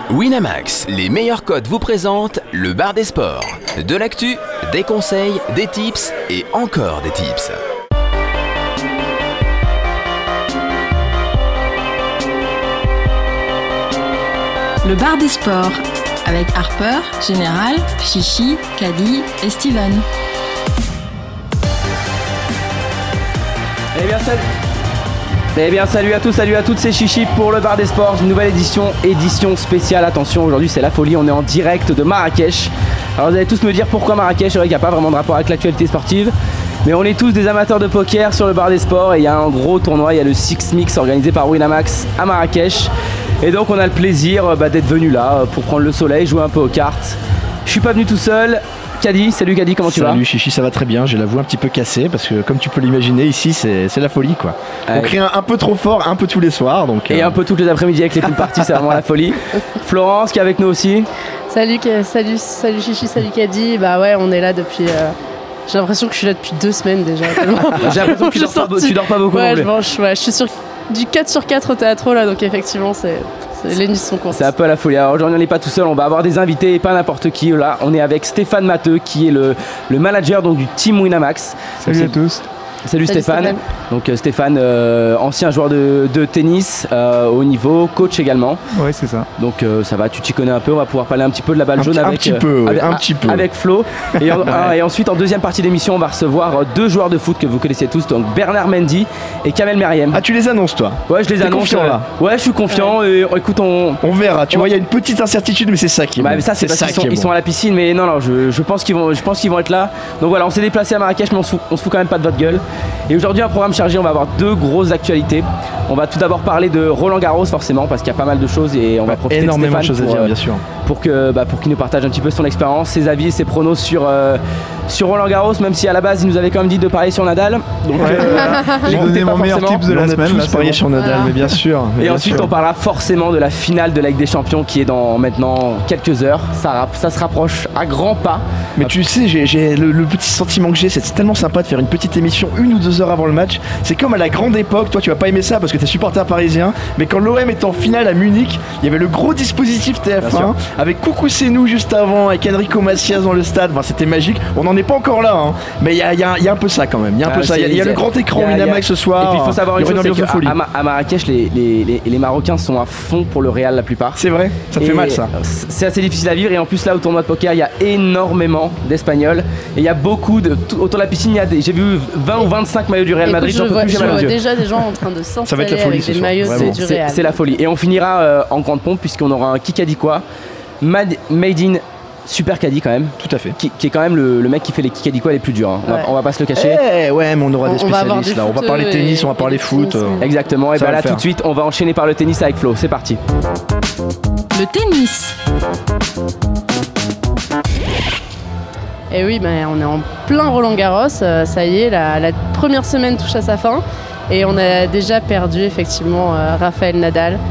Winamax, les meilleurs codes vous présentent le bar des sports. De l'actu, des conseils, des tips et encore des tips. Le bar des sports avec Harper, Général, Chichi, Caddy et Steven. Salut à tous, salut à toutes, c'est Chichi pour le bar des sports, une nouvelle édition spéciale. Attention, aujourd'hui c'est la folie, on est en direct de Marrakech. Alors vous allez tous me dire pourquoi Marrakech, c'est vrai qu'il n'y a pas vraiment de rapport avec l'actualité sportive. Mais on est tous des amateurs de poker sur le bar des sports et il y a un gros tournoi, il y a le Six Mix organisé par Winamax à Marrakech. Et donc on a le plaisir d'être venu là pour prendre le soleil, jouer un peu aux cartes. Je suis pas venu tout seul. Caddy, salut Caddy, comment tu vas ? Salut Chichi, ça va très bien, j'ai la voix un petit peu cassée parce que comme tu peux l'imaginer ici c'est la folie quoi. On crie un peu trop fort, un peu tous les soirs donc, Et un peu toutes les après-midi avec les pool parties, c'est vraiment la folie. Florence qui est avec nous aussi. Salut Chichi, salut Caddy, bah ouais on est là depuis... J'ai l'impression que je suis là depuis 2 semaines déjà. J'ai l'impression que tu dors pas beaucoup. Ouais, je suis sur du 4 sur 4 au théâtre là, donc effectivement les nuits sont courtes. C'est un peu la folie. Alors aujourd'hui on n'est pas tout seul, on va avoir des invités et pas n'importe qui. Là on est avec Stéphane Matteux qui est le manager donc, du team Winamax. Salut à tous. Salut Stéphane. Donc Stéphane, ancien joueur de tennis au haut niveau, coach également. Ouais c'est ça. Donc ça va, tu t'y connais un peu, on va pouvoir parler un petit peu de la balle jaune avec Flo. Et ensuite en deuxième partie d'émission on va recevoir 2 joueurs de foot que vous connaissez tous, donc Bernard Mendy et Kamel Meriem. Ah tu les annonces toi ? Ouais je les annonce. Confiant là ? Ouais je suis confiant, écoute on verra, tu vois il y a une petite incertitude mais c'est ça qui est bon. Mais ça c'est parce qu'ils sont à la piscine, mais non je pense qu'ils vont être là. Donc voilà, on s'est déplacé à Marrakech mais on se fout quand même pas de votre gueule. Et aujourd'hui un programme chargé, on va avoir 2 grosses actualités. On va tout d'abord parler de Roland Garros forcément parce qu'il y a pas mal de choses et on va profiter énormément de Stéphane de choses à dire bien sûr. Pour qu'il nous partage un petit peu son expérience, ses avis et ses pronos sur Roland Garros, même si à la base il nous avait quand même dit de parier sur Nadal. Donc j'ai donné mon meilleur tips de la semaine. On a tous parié sur Nadal, mais bien sûr. Et ensuite on parlera forcément de la finale de la Ligue des Champions qui est dans maintenant quelques heures. Ça se rapproche à grands pas. Mais tu sais, j'ai le petit sentiment que j'ai, c'est tellement sympa de faire une petite émission 1 ou 2 heures avant le match. C'est comme à la grande époque, toi tu vas pas aimer ça parce que t'es supporter parisien, mais quand l'OM était en finale à Munich, il y avait le gros dispositif TF1 avec Coucou c'est nous juste avant, avec Enrico Macias dans le stade, enfin, c'était magique. On n'en est pas encore là, hein. Mais il y a un peu ça quand même. Il y a un peu ça. Il y a le grand écran Winamax ce soir. Et puis il faut savoir une chose, c'est de folie. À Marrakech, les Marocains sont à fond pour le Real la plupart. C'est vrai, ça fait mal ça. C'est assez difficile à vivre et en plus là au tournoi de poker il y a énormément d'Espagnols et il y a beaucoup autour de la piscine. J'ai vu 20 ou 25 maillots du Real Madrid. Je vois déjà des gens en train de s'installer avec des maillots du Real. C'est la folie. Et on finira en grande pompe puisqu'on aura un Kikadiquois made in Super Caddy quand même. Tout à fait. Qui est quand même le mec qui fait les Kikadiquois les plus durs. Hein. On va pas se le cacher. Ouais, mais on aura des spécialistes là. On va parler tennis, on va parler foot. Exactement. Et là tout de suite, on va enchaîner par le tennis avec Flo. C'est parti. Le tennis. Et oui, on est en plein Roland Garros. Ça y est, la première semaine touche à sa fin. Et on a déjà perdu effectivement Rafael Nadal.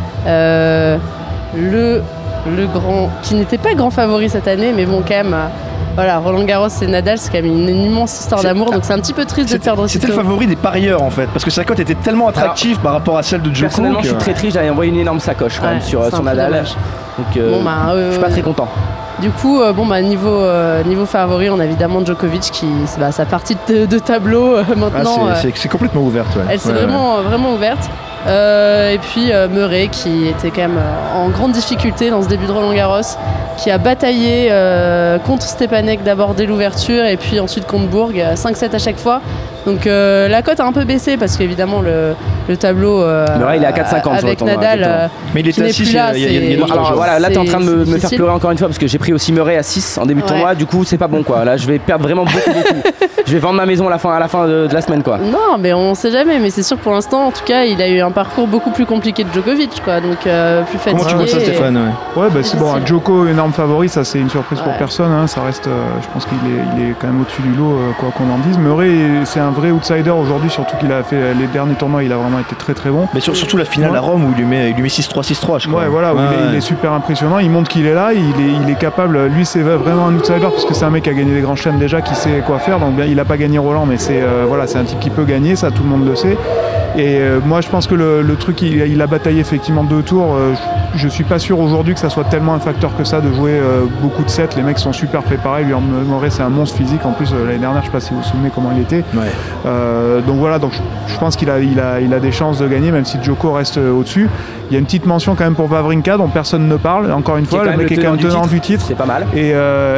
Le grand, qui n'était pas grand favori cette année, mais bon quand même, Roland Garros et Nadal c'est quand même une immense histoire d'amour, donc c'est un petit peu triste de perdre. C'était le favori des parieurs en fait, parce que sa cote était tellement attractive par rapport à celle de Djokovic. Personnellement je suis très triste, j'avais envoyé une énorme sacoche quand même sur Nadal, donc je suis pas très content. Du coup, niveau favori, on a évidemment Djokovic qui, sa partie de tableau maintenant. C'est complètement ouverte. Ouais. Elle s'est vraiment ouverte. Et puis Murray qui était quand même en grande difficulté dans ce début de Roland Garros, qui a bataillé contre Stepanek d'abord dès l'ouverture et puis ensuite contre Bourg, 5-7 à chaque fois. Donc la cote a un peu baissé parce qu'évidemment le tableau Murray il est à 4,50 avec Nadal mais il était à 6 là. Alors voilà, là t'es en train de me faire pleurer encore une fois parce que j'ai pris aussi Murray à 6 en début de tournoi, du coup c'est pas bon quoi. Là je vais perdre vraiment beaucoup. Je vais vendre ma maison à la fin de la semaine quoi. Non mais on sait jamais, mais c'est sûr pour l'instant en tout cas il a eu un parcours beaucoup plus compliqué de Djokovic quoi, donc plus fatigué. Comment tu vois ça Stéphane? Ouais c'est bon, Djoko énorme favori, ça c'est une surprise pour personne, hein. Ça reste, je pense qu'il est quand même au-dessus du lot quoi qu'on en dise. Murray c'est un vrai outsider aujourd'hui, surtout qu'il a fait les derniers tournois, il a vraiment été très très bon. Mais surtout la finale à Rome où il lui met 6-3, 6-3 je crois. Ouais voilà, il est super impressionnant, il montre qu'il est là, il est capable, lui c'est vraiment un outsider parce que c'est un mec qui a gagné des grands chelems déjà, qui sait quoi faire, donc bien il a pas gagné Roland mais c'est un type qui peut gagner, ça tout le monde le sait. Et moi je pense que le truc, il a bataillé effectivement 2 tours. Je suis pas sûr aujourd'hui que ça soit tellement un facteur que ça de jouer beaucoup de sets. Les mecs sont super préparés. Murray, c'est un monstre physique. En plus, l'année dernière, je sais pas si vous vous souvenez comment il était. Donc voilà, donc je pense qu'il a des chances de gagner, même si Djoko reste au-dessus. Il y a une petite mention quand même pour Wawrinka dont personne ne parle. Encore une fois, le mec est quand même tenant du titre. C'est pas mal. Et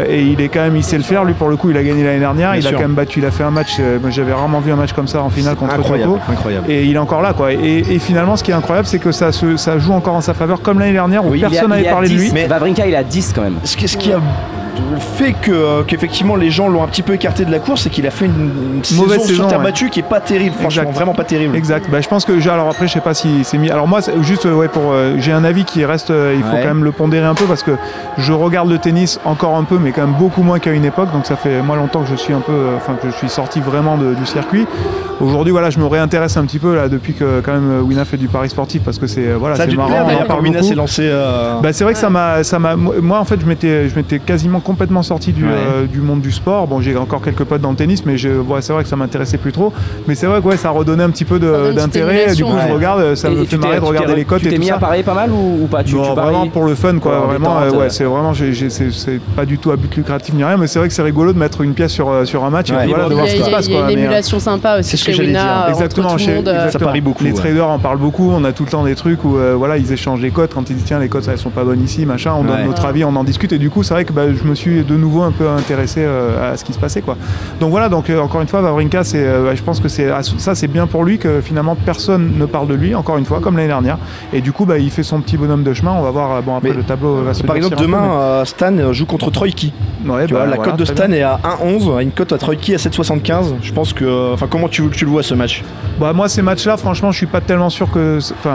il sait le faire. Lui, pour le coup, il a gagné l'année dernière. Il a quand même battu. Il a fait un match. Moi, j'avais rarement vu un match comme ça en finale contre Djoko. Incroyable. Et il est encore là, quoi. Et finalement, ce qui est incroyable, c'est que ça joue encore en sa faveur, comme l'année dernière où personne n'avait parlé de lui. Mais Wawrinka, il a 10 quand même. Ce qui a fait qu'effectivement les gens l'ont un petit peu écarté de la course, c'est qu'il a fait une mauvaise saison sur terre battue qui est pas terrible, franchement, vraiment pas terrible. Exact. Je pense que alors après je sais pas si c'est mis. Alors moi juste j'ai un avis qui reste, il faut quand même le pondérer un peu parce que je regarde le tennis encore un peu, mais quand même beaucoup moins qu'à une époque. Donc ça fait moi longtemps que je suis un peu, que je suis sorti vraiment du circuit. Aujourd'hui voilà, je me réintéresse un petit peu là depuis que quand même Wina fait du pari sportif parce que c'est ça c'est marrant. D'ailleurs, Wina s'est lancé. C'est vrai que ça m'a. Moi en fait je m'étais quasiment complètement sorti du monde du sport. Bon, j'ai encore quelques potes dans le tennis, mais c'est vrai que ça m'intéressait plus trop. Mais c'est vrai que ça redonnait un petit peu d'intérêt. Du coup, je regarde, ça me fait marrer de regarder les cotes et tout ça. Tu t'es mis à parier pas mal ou pas? Non, vraiment pour le fun, quoi. Vraiment, c'est vraiment, c'est pas du tout à but lucratif ni rien, mais c'est vrai que c'est rigolo de mettre une pièce sur un match et puis voilà, de voir ce qui se passe. Il y a une émulation sympa aussi chez Wina. Exactement, ça parie beaucoup. Les traders en parlent beaucoup. On a tout le temps des trucs où ils échangent les cotes. Quand ils disent tiens, les cotes elles sont pas bonnes ici, machin, on donne notre avis, on en discute et du coup, c'est vrai que je me suis de nouveau un peu intéressé à ce qui se passait, quoi. Donc voilà, encore une fois Wawrinka, je pense que c'est bien pour lui que finalement personne ne parle de lui, encore une fois comme l'année dernière, et du coup il fait son petit bonhomme de chemin. On va voir après le tableau va se par exemple demain Stan joue contre Troïki. La cote de Stan est à 1,11, une cote à Troïki à 7,75. Je pense que comment tu le vois ce match? Moi ces matchs là franchement je suis pas tellement sûr que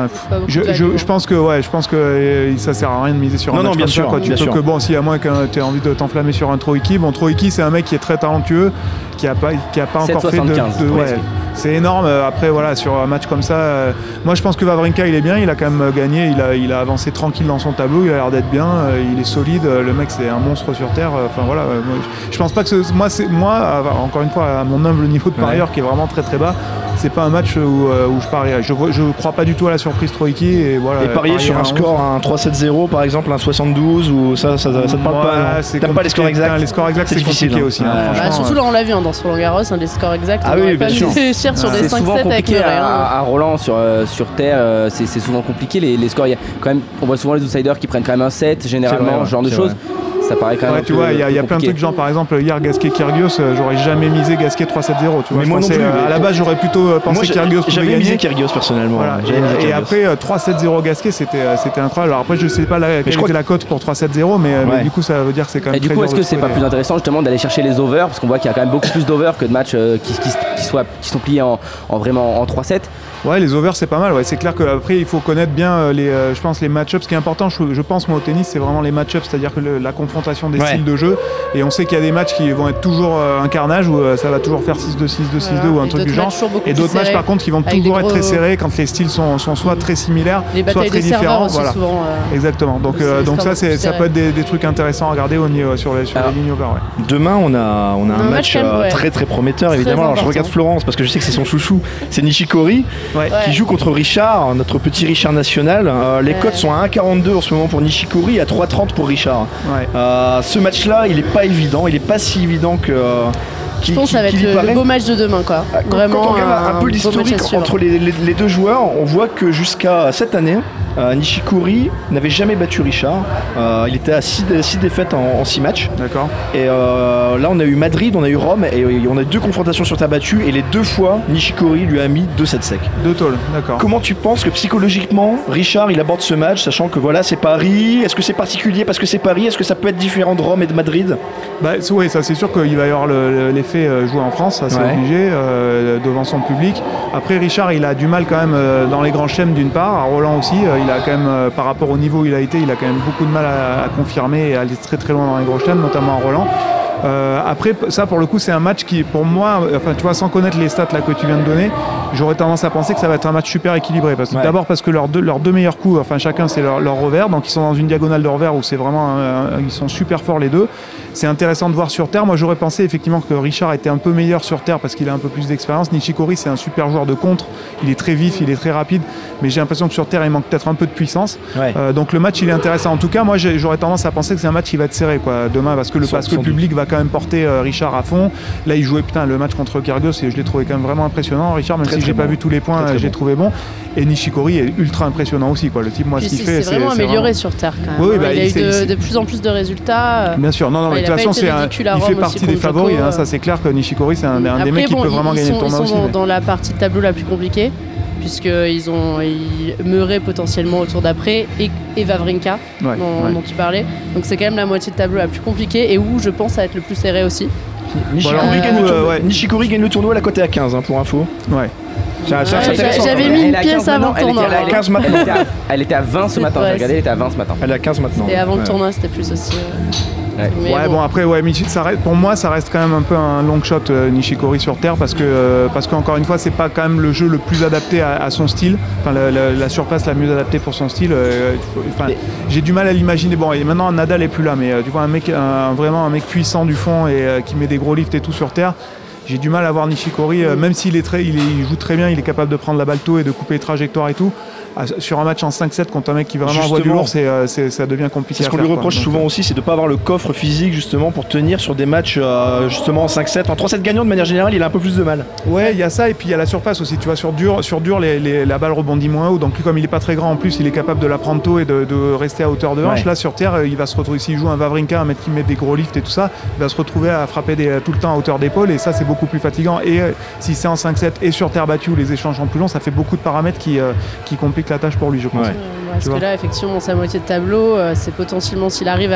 je pense que ça sert à rien de miser sur un match comme ça, quoi. Tu peux que si à moins que tu aies envie de t'enflammer sur un Troïki. Troïki c'est un mec qui est très talentueux, qui a pas encore fait de c'est énorme. Après sur un match comme ça, moi je pense que Wawrinka il est bien, il a quand même gagné, il a avancé tranquille dans son tableau, il a l'air d'être bien, il est solide, le mec c'est un monstre sur terre. Je pense pas que moi encore une fois à mon humble niveau de parieur qui est vraiment très très bas, c'est pas un match où je parierais. Je crois pas du tout à la surprise Troïki et parier sur un score, un 3-7-0 par exemple, un 72 ou ça te parle pas? T'aimes pas les scores exacts? Les scores exacts c'est compliqué aussi. Surtout là on l'a vu dans ce Roland Garros, les scores exacts. Ah oui, bien sûr. Sur des 5-7 souvent compliqué avec à Roland sur terre, c'est souvent compliqué les scores. On voit souvent les outsiders qui prennent quand même un 7 généralement, ce genre de choses. Ça paraît quand même tu vois, il y a plein de trucs, genre par exemple hier Gasquet-Kyrgios, j'aurais jamais misé Gasquet 3-7-0, tu vois. Mais moi non plus, à la base j'aurais plutôt pensé Kyrgios pouvait gagner. J'avais misé Kyrgios personnellement. Voilà. Et après 3-7-0 Gasquet, c'était incroyable. Alors après je sais pas quelle était la cote pour 3-7-0 mais du coup ça veut dire que c'est quand même. Et du coup est-ce que c'est pas plus intéressant justement d'aller chercher les overs, parce qu'on voit qu'il y a quand même beaucoup plus d'overs que de matchs qui sont pliés en vraiment en 3-7? Ouais, les overs c'est pas mal. C'est clair qu'après il faut connaître bien je pense les match-ups. Ce qui est important, je pense moi au tennis, c'est vraiment les match-ups, c'est-à-dire que la confrontation des styles de jeu. Et on sait qu'il y a des matchs qui vont être toujours un carnage où ça va toujours faire 6-2, 6-2, 6-2 ou un truc du genre. Et d'autres matchs par contre qui vont toujours être très serrés quand les styles sont soit très similaires, soit très différents. Voilà. Souvent, exactement. Donc ça peut être des trucs intéressants à regarder sur les lignes over. Demain on a un match très très prometteur évidemment. Alors je regarde Florence parce que je sais que c'est son chouchou, c'est Nishikori. Qui joue contre Richard, notre petit Richard national. Les cotes sont à 1,42 en ce moment pour Nishikori et à 3,30 pour Richard. Ce match-là, il est pas évident, il est pas si évident que. Je pense que ça va être le beau match de demain, quoi. Vraiment, quand on regarde un peu l'historique entre les deux joueurs, on voit que jusqu'à cette année, Nishikori n'avait jamais battu Richard. Il était à 6 défaites en 6 matchs. D'accord. Et là, on a eu Madrid, on a eu Rome, et on a eu 2 confrontations sur terre battue, et les 2 fois, Nishikori lui a mis 2 sets secs. 2 tôles, d'accord. Comment tu penses que psychologiquement, Richard, il aborde ce match, sachant que voilà, c'est Paris? Est-ce que c'est particulier parce que c'est Paris? Est-ce que ça peut être différent de Rome et de Madrid? Oui, ça c'est sûr qu'il va y avoir l'effet jouer en France, ça c'est obligé, devant son public. Après Richard, il a du mal quand même dans les grands chelems d'une part, à Roland aussi, il a quand même, par rapport au niveau où il a été, il a quand même beaucoup de mal à confirmer et à aller très très loin dans les grands chelems, notamment à Roland. Après, ça pour le coup, c'est un match qui, pour moi, enfin tu vois, sans connaître les stats là que tu viens de donner, j'aurais tendance à penser que ça va être un match super équilibré. Parce que d'abord parce que leurs deux meilleurs coups, enfin chacun c'est leur revers, donc ils sont dans une diagonale de revers où c'est vraiment, ils sont super forts les deux. C'est intéressant de voir sur terre. Moi j'aurais pensé effectivement que Richard était un peu meilleur sur terre parce qu'il a un peu plus d'expérience. Nishikori c'est un super joueur de contre, il est très vif, il est très rapide, mais j'ai l'impression que sur terre il manque peut-être un peu de puissance. Donc le match il est intéressant. En tout cas moi j'aurais tendance à penser que c'est un match qui va être serré quoi, demain parce que le public va quand même porter Richard à fond. Là il jouait le match contre Kyrgios et je l'ai trouvé quand même vraiment impressionnant Richard, même si j'ai pas vu tous les points, j'ai trouvé bon. Et Nishikori est ultra impressionnant aussi quoi. Le type moi ce qu'il fait c'est vraiment amélioré sur terre quand même. Il a eu de plus en plus de résultats. Bien sûr, non mais de toute façon il fait partie des favoris, ça c'est clair que Nishikori c'est un des mecs qui peut vraiment gagner le tournoi aussi. Ils sont dans la partie de tableau la plus compliquée puisqu'ils ont Murray potentiellement au tour d'après et Wawrinka dont tu parlais. Donc c'est quand même la moitié de tableau la plus compliquée et où je pense ça va être le plus serré aussi. Nishikori gagne le tournoi, la cote est à 15 pour info. J'avais mis une pièce avant le tournoi. Elle était à 20 ce matin, j'ai regardé, elle était à 20 ce matin. Elle est à 15 maintenant. Et avant le tournoi c'était plus aussi. Après pour moi ça reste quand même un peu un long shot Nishikori sur terre parce qu'encore une fois c'est pas quand même le jeu le plus adapté à son style, enfin la surface la mieux adaptée pour son style. J'ai du mal à l'imaginer. Bon et maintenant Nadal est plus là, mais tu vois vraiment un mec puissant du fond et qui met des gros lifts et tout sur terre. J'ai du mal à voir Nishikori, même s'il il joue très bien, il est capable de prendre la balle tôt et de couper les trajectoires et tout. Sur un match en 5-7 contre un mec qui vraiment envoie du lourd, ça devient compliqué. Ce qu'on lui reproche souvent aussi, c'est de ne pas avoir le coffre physique justement pour tenir sur des matchs justement en 5-7. En 3-7 gagnants de manière générale, il a un peu plus de mal. Ouais, il y a ça et puis il y a la surface aussi. Tu vois, sur dur, la balle rebondit moins haut. Donc comme il est pas très grand en plus, il est capable de la prendre tôt et de rester à hauteur de hanche. Là sur terre, il va se retrouver, s'il joue un Wawrinka, un mec qui met des gros lifts et tout ça, il va se retrouver à frapper tout le temps à hauteur d'épaule et ça c'est beaucoup plus fatigant. Et si c'est en 5-7 et sur terre battue où les échanges sont plus longs, ça fait beaucoup de paramètres qui compliquent la tâche pour lui, je pense. Parce que là, effectivement, sa moitié de tableau, c'est potentiellement, s'il arrive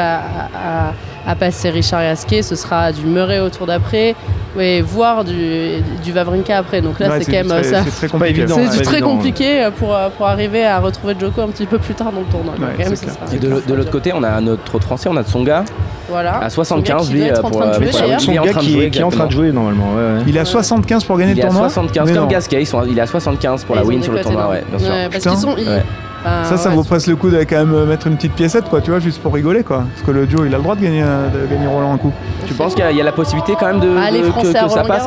à passer Richard Gasquet, ce sera du Murray au tour d'après, voire du Wawrinka après. Donc là, c'est quand même ça. C'est très compliqué. C'est très compliqué pour arriver à retrouver Djoko un petit peu plus tard dans le tournoi. Et de l'autre côté, on a notre autre Français, on a Tsonga. Voilà. À 75, lui, Tsonga qui est en train de jouer normalement. Il est à 75 pour gagner le tournoi. Il est à 75 comme Gasquet, il est à 75 pour la win sur le tournoi, bien sûr. Parce qu'ils sont. Ça vaut presque le coup de quand même mettre une petite piécette, quoi, tu vois, juste pour rigoler, quoi. Parce que le Joe, il a le droit de gagner Roland un coup. Tu penses qu'il y a la possibilité quand même que ça passe?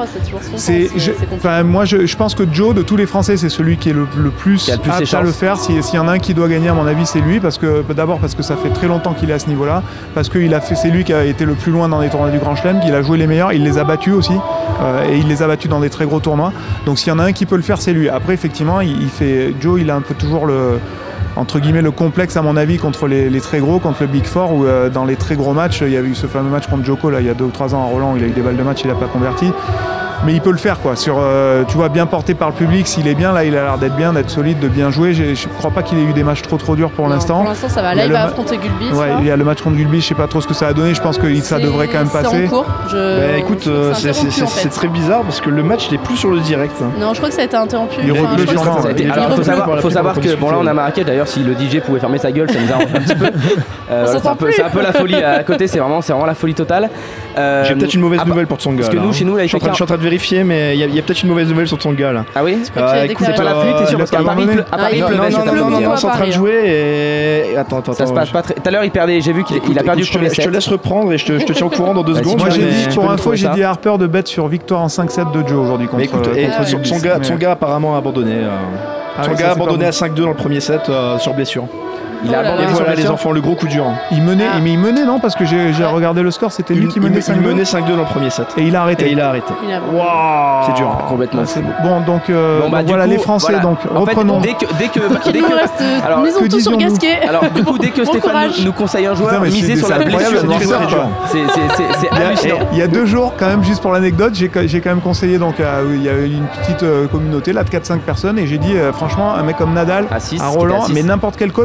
Moi, je pense que Joe, de tous les Français, c'est celui qui est le plus apte à le faire. S'il y en a un qui doit gagner, à mon avis, c'est lui. D'abord parce que ça fait très longtemps qu'il est à ce niveau-là. Parce que c'est lui qui a été le plus loin dans les tournois du Grand Chelem. Il a joué les meilleurs, il les a battus aussi. Et il les a battus dans des très gros tournois. Donc s'il y en a un qui peut le faire, c'est lui. Après, effectivement, Joe, il a un peu toujours entre guillemets le complexe à mon avis contre les très gros, contre le Big Four où dans les très gros matchs, il y avait eu ce fameux match contre Djoko là, il y a 2 ou 3 ans à Roland où il a eu des balles de match, il n'a pas converti. Mais il peut le faire quoi, tu vois, bien porté par le public, s'il est bien là, il a l'air d'être bien, d'être solide, de bien jouer. Je crois pas qu'il ait eu des matchs trop durs pour l'instant. Pour l'instant ça va, là il va affronter Gulbis. Il y a le match contre Gulbis, je sais pas trop ce que ça a donné, je pense que ça devrait quand même passer. C'est en cours. Écoute, c'est très bizarre parce que le match n'est plus sur le direct. Non, je crois que ça a été interrompu. Il Alors faut savoir que là on a Marrakech, d'ailleurs si le DJ pouvait fermer sa gueule, ça nous arrange un petit peu. C'est un peu la folie à côté, c'est vraiment la folie totale. J'ai peut-être une mauvaise nouvelle pour Tsonga. Parce que nous chez nous là, je suis en train de vérifier, mais il y a peut-être une mauvaise nouvelle sur Tsonga là. Ah oui? C'est pas la pluie, t'es sûr? Parce qu'à Paris il pleuvait. Non, c'est en train de jouer et. Attends. Ça se passe pas très. Tout à l'heure il perdait, j'ai vu qu'il a perdu le premier set. Je te laisse reprendre et je te tiens au courant dans 2 secondes. Moi j'ai dit, pour info, j'ai dit à Harper de bet sur victoire en 5-7 de Joe aujourd'hui contre Tsonga apparemment a abandonné. Tsonga a abandonné à 5-2 dans le premier set sur blessure. Il a abandonné sur les enfants, le gros coup dur. Il menait non, parce que j'ai regardé le score, c'était lui qui menait 5-2. Il menait 5-2 dans le premier set. Et il a arrêté. Waouh, c'est dur. Complètement. Bon donc voilà les Français, donc reprenons. Dès que reste misons tout sur Gasquet. Alors du coup dès que Stéphane nous conseille un joueur, misez sur la blessure du joueur. C'est hallucinant. Il y a 2 jours quand même, juste pour l'anecdote, j'ai quand même conseillé, donc il y a une petite communauté là de 4-5 personnes et j'ai dit franchement un mec comme Nadal à Roland, mais n'importe quelle cote pendant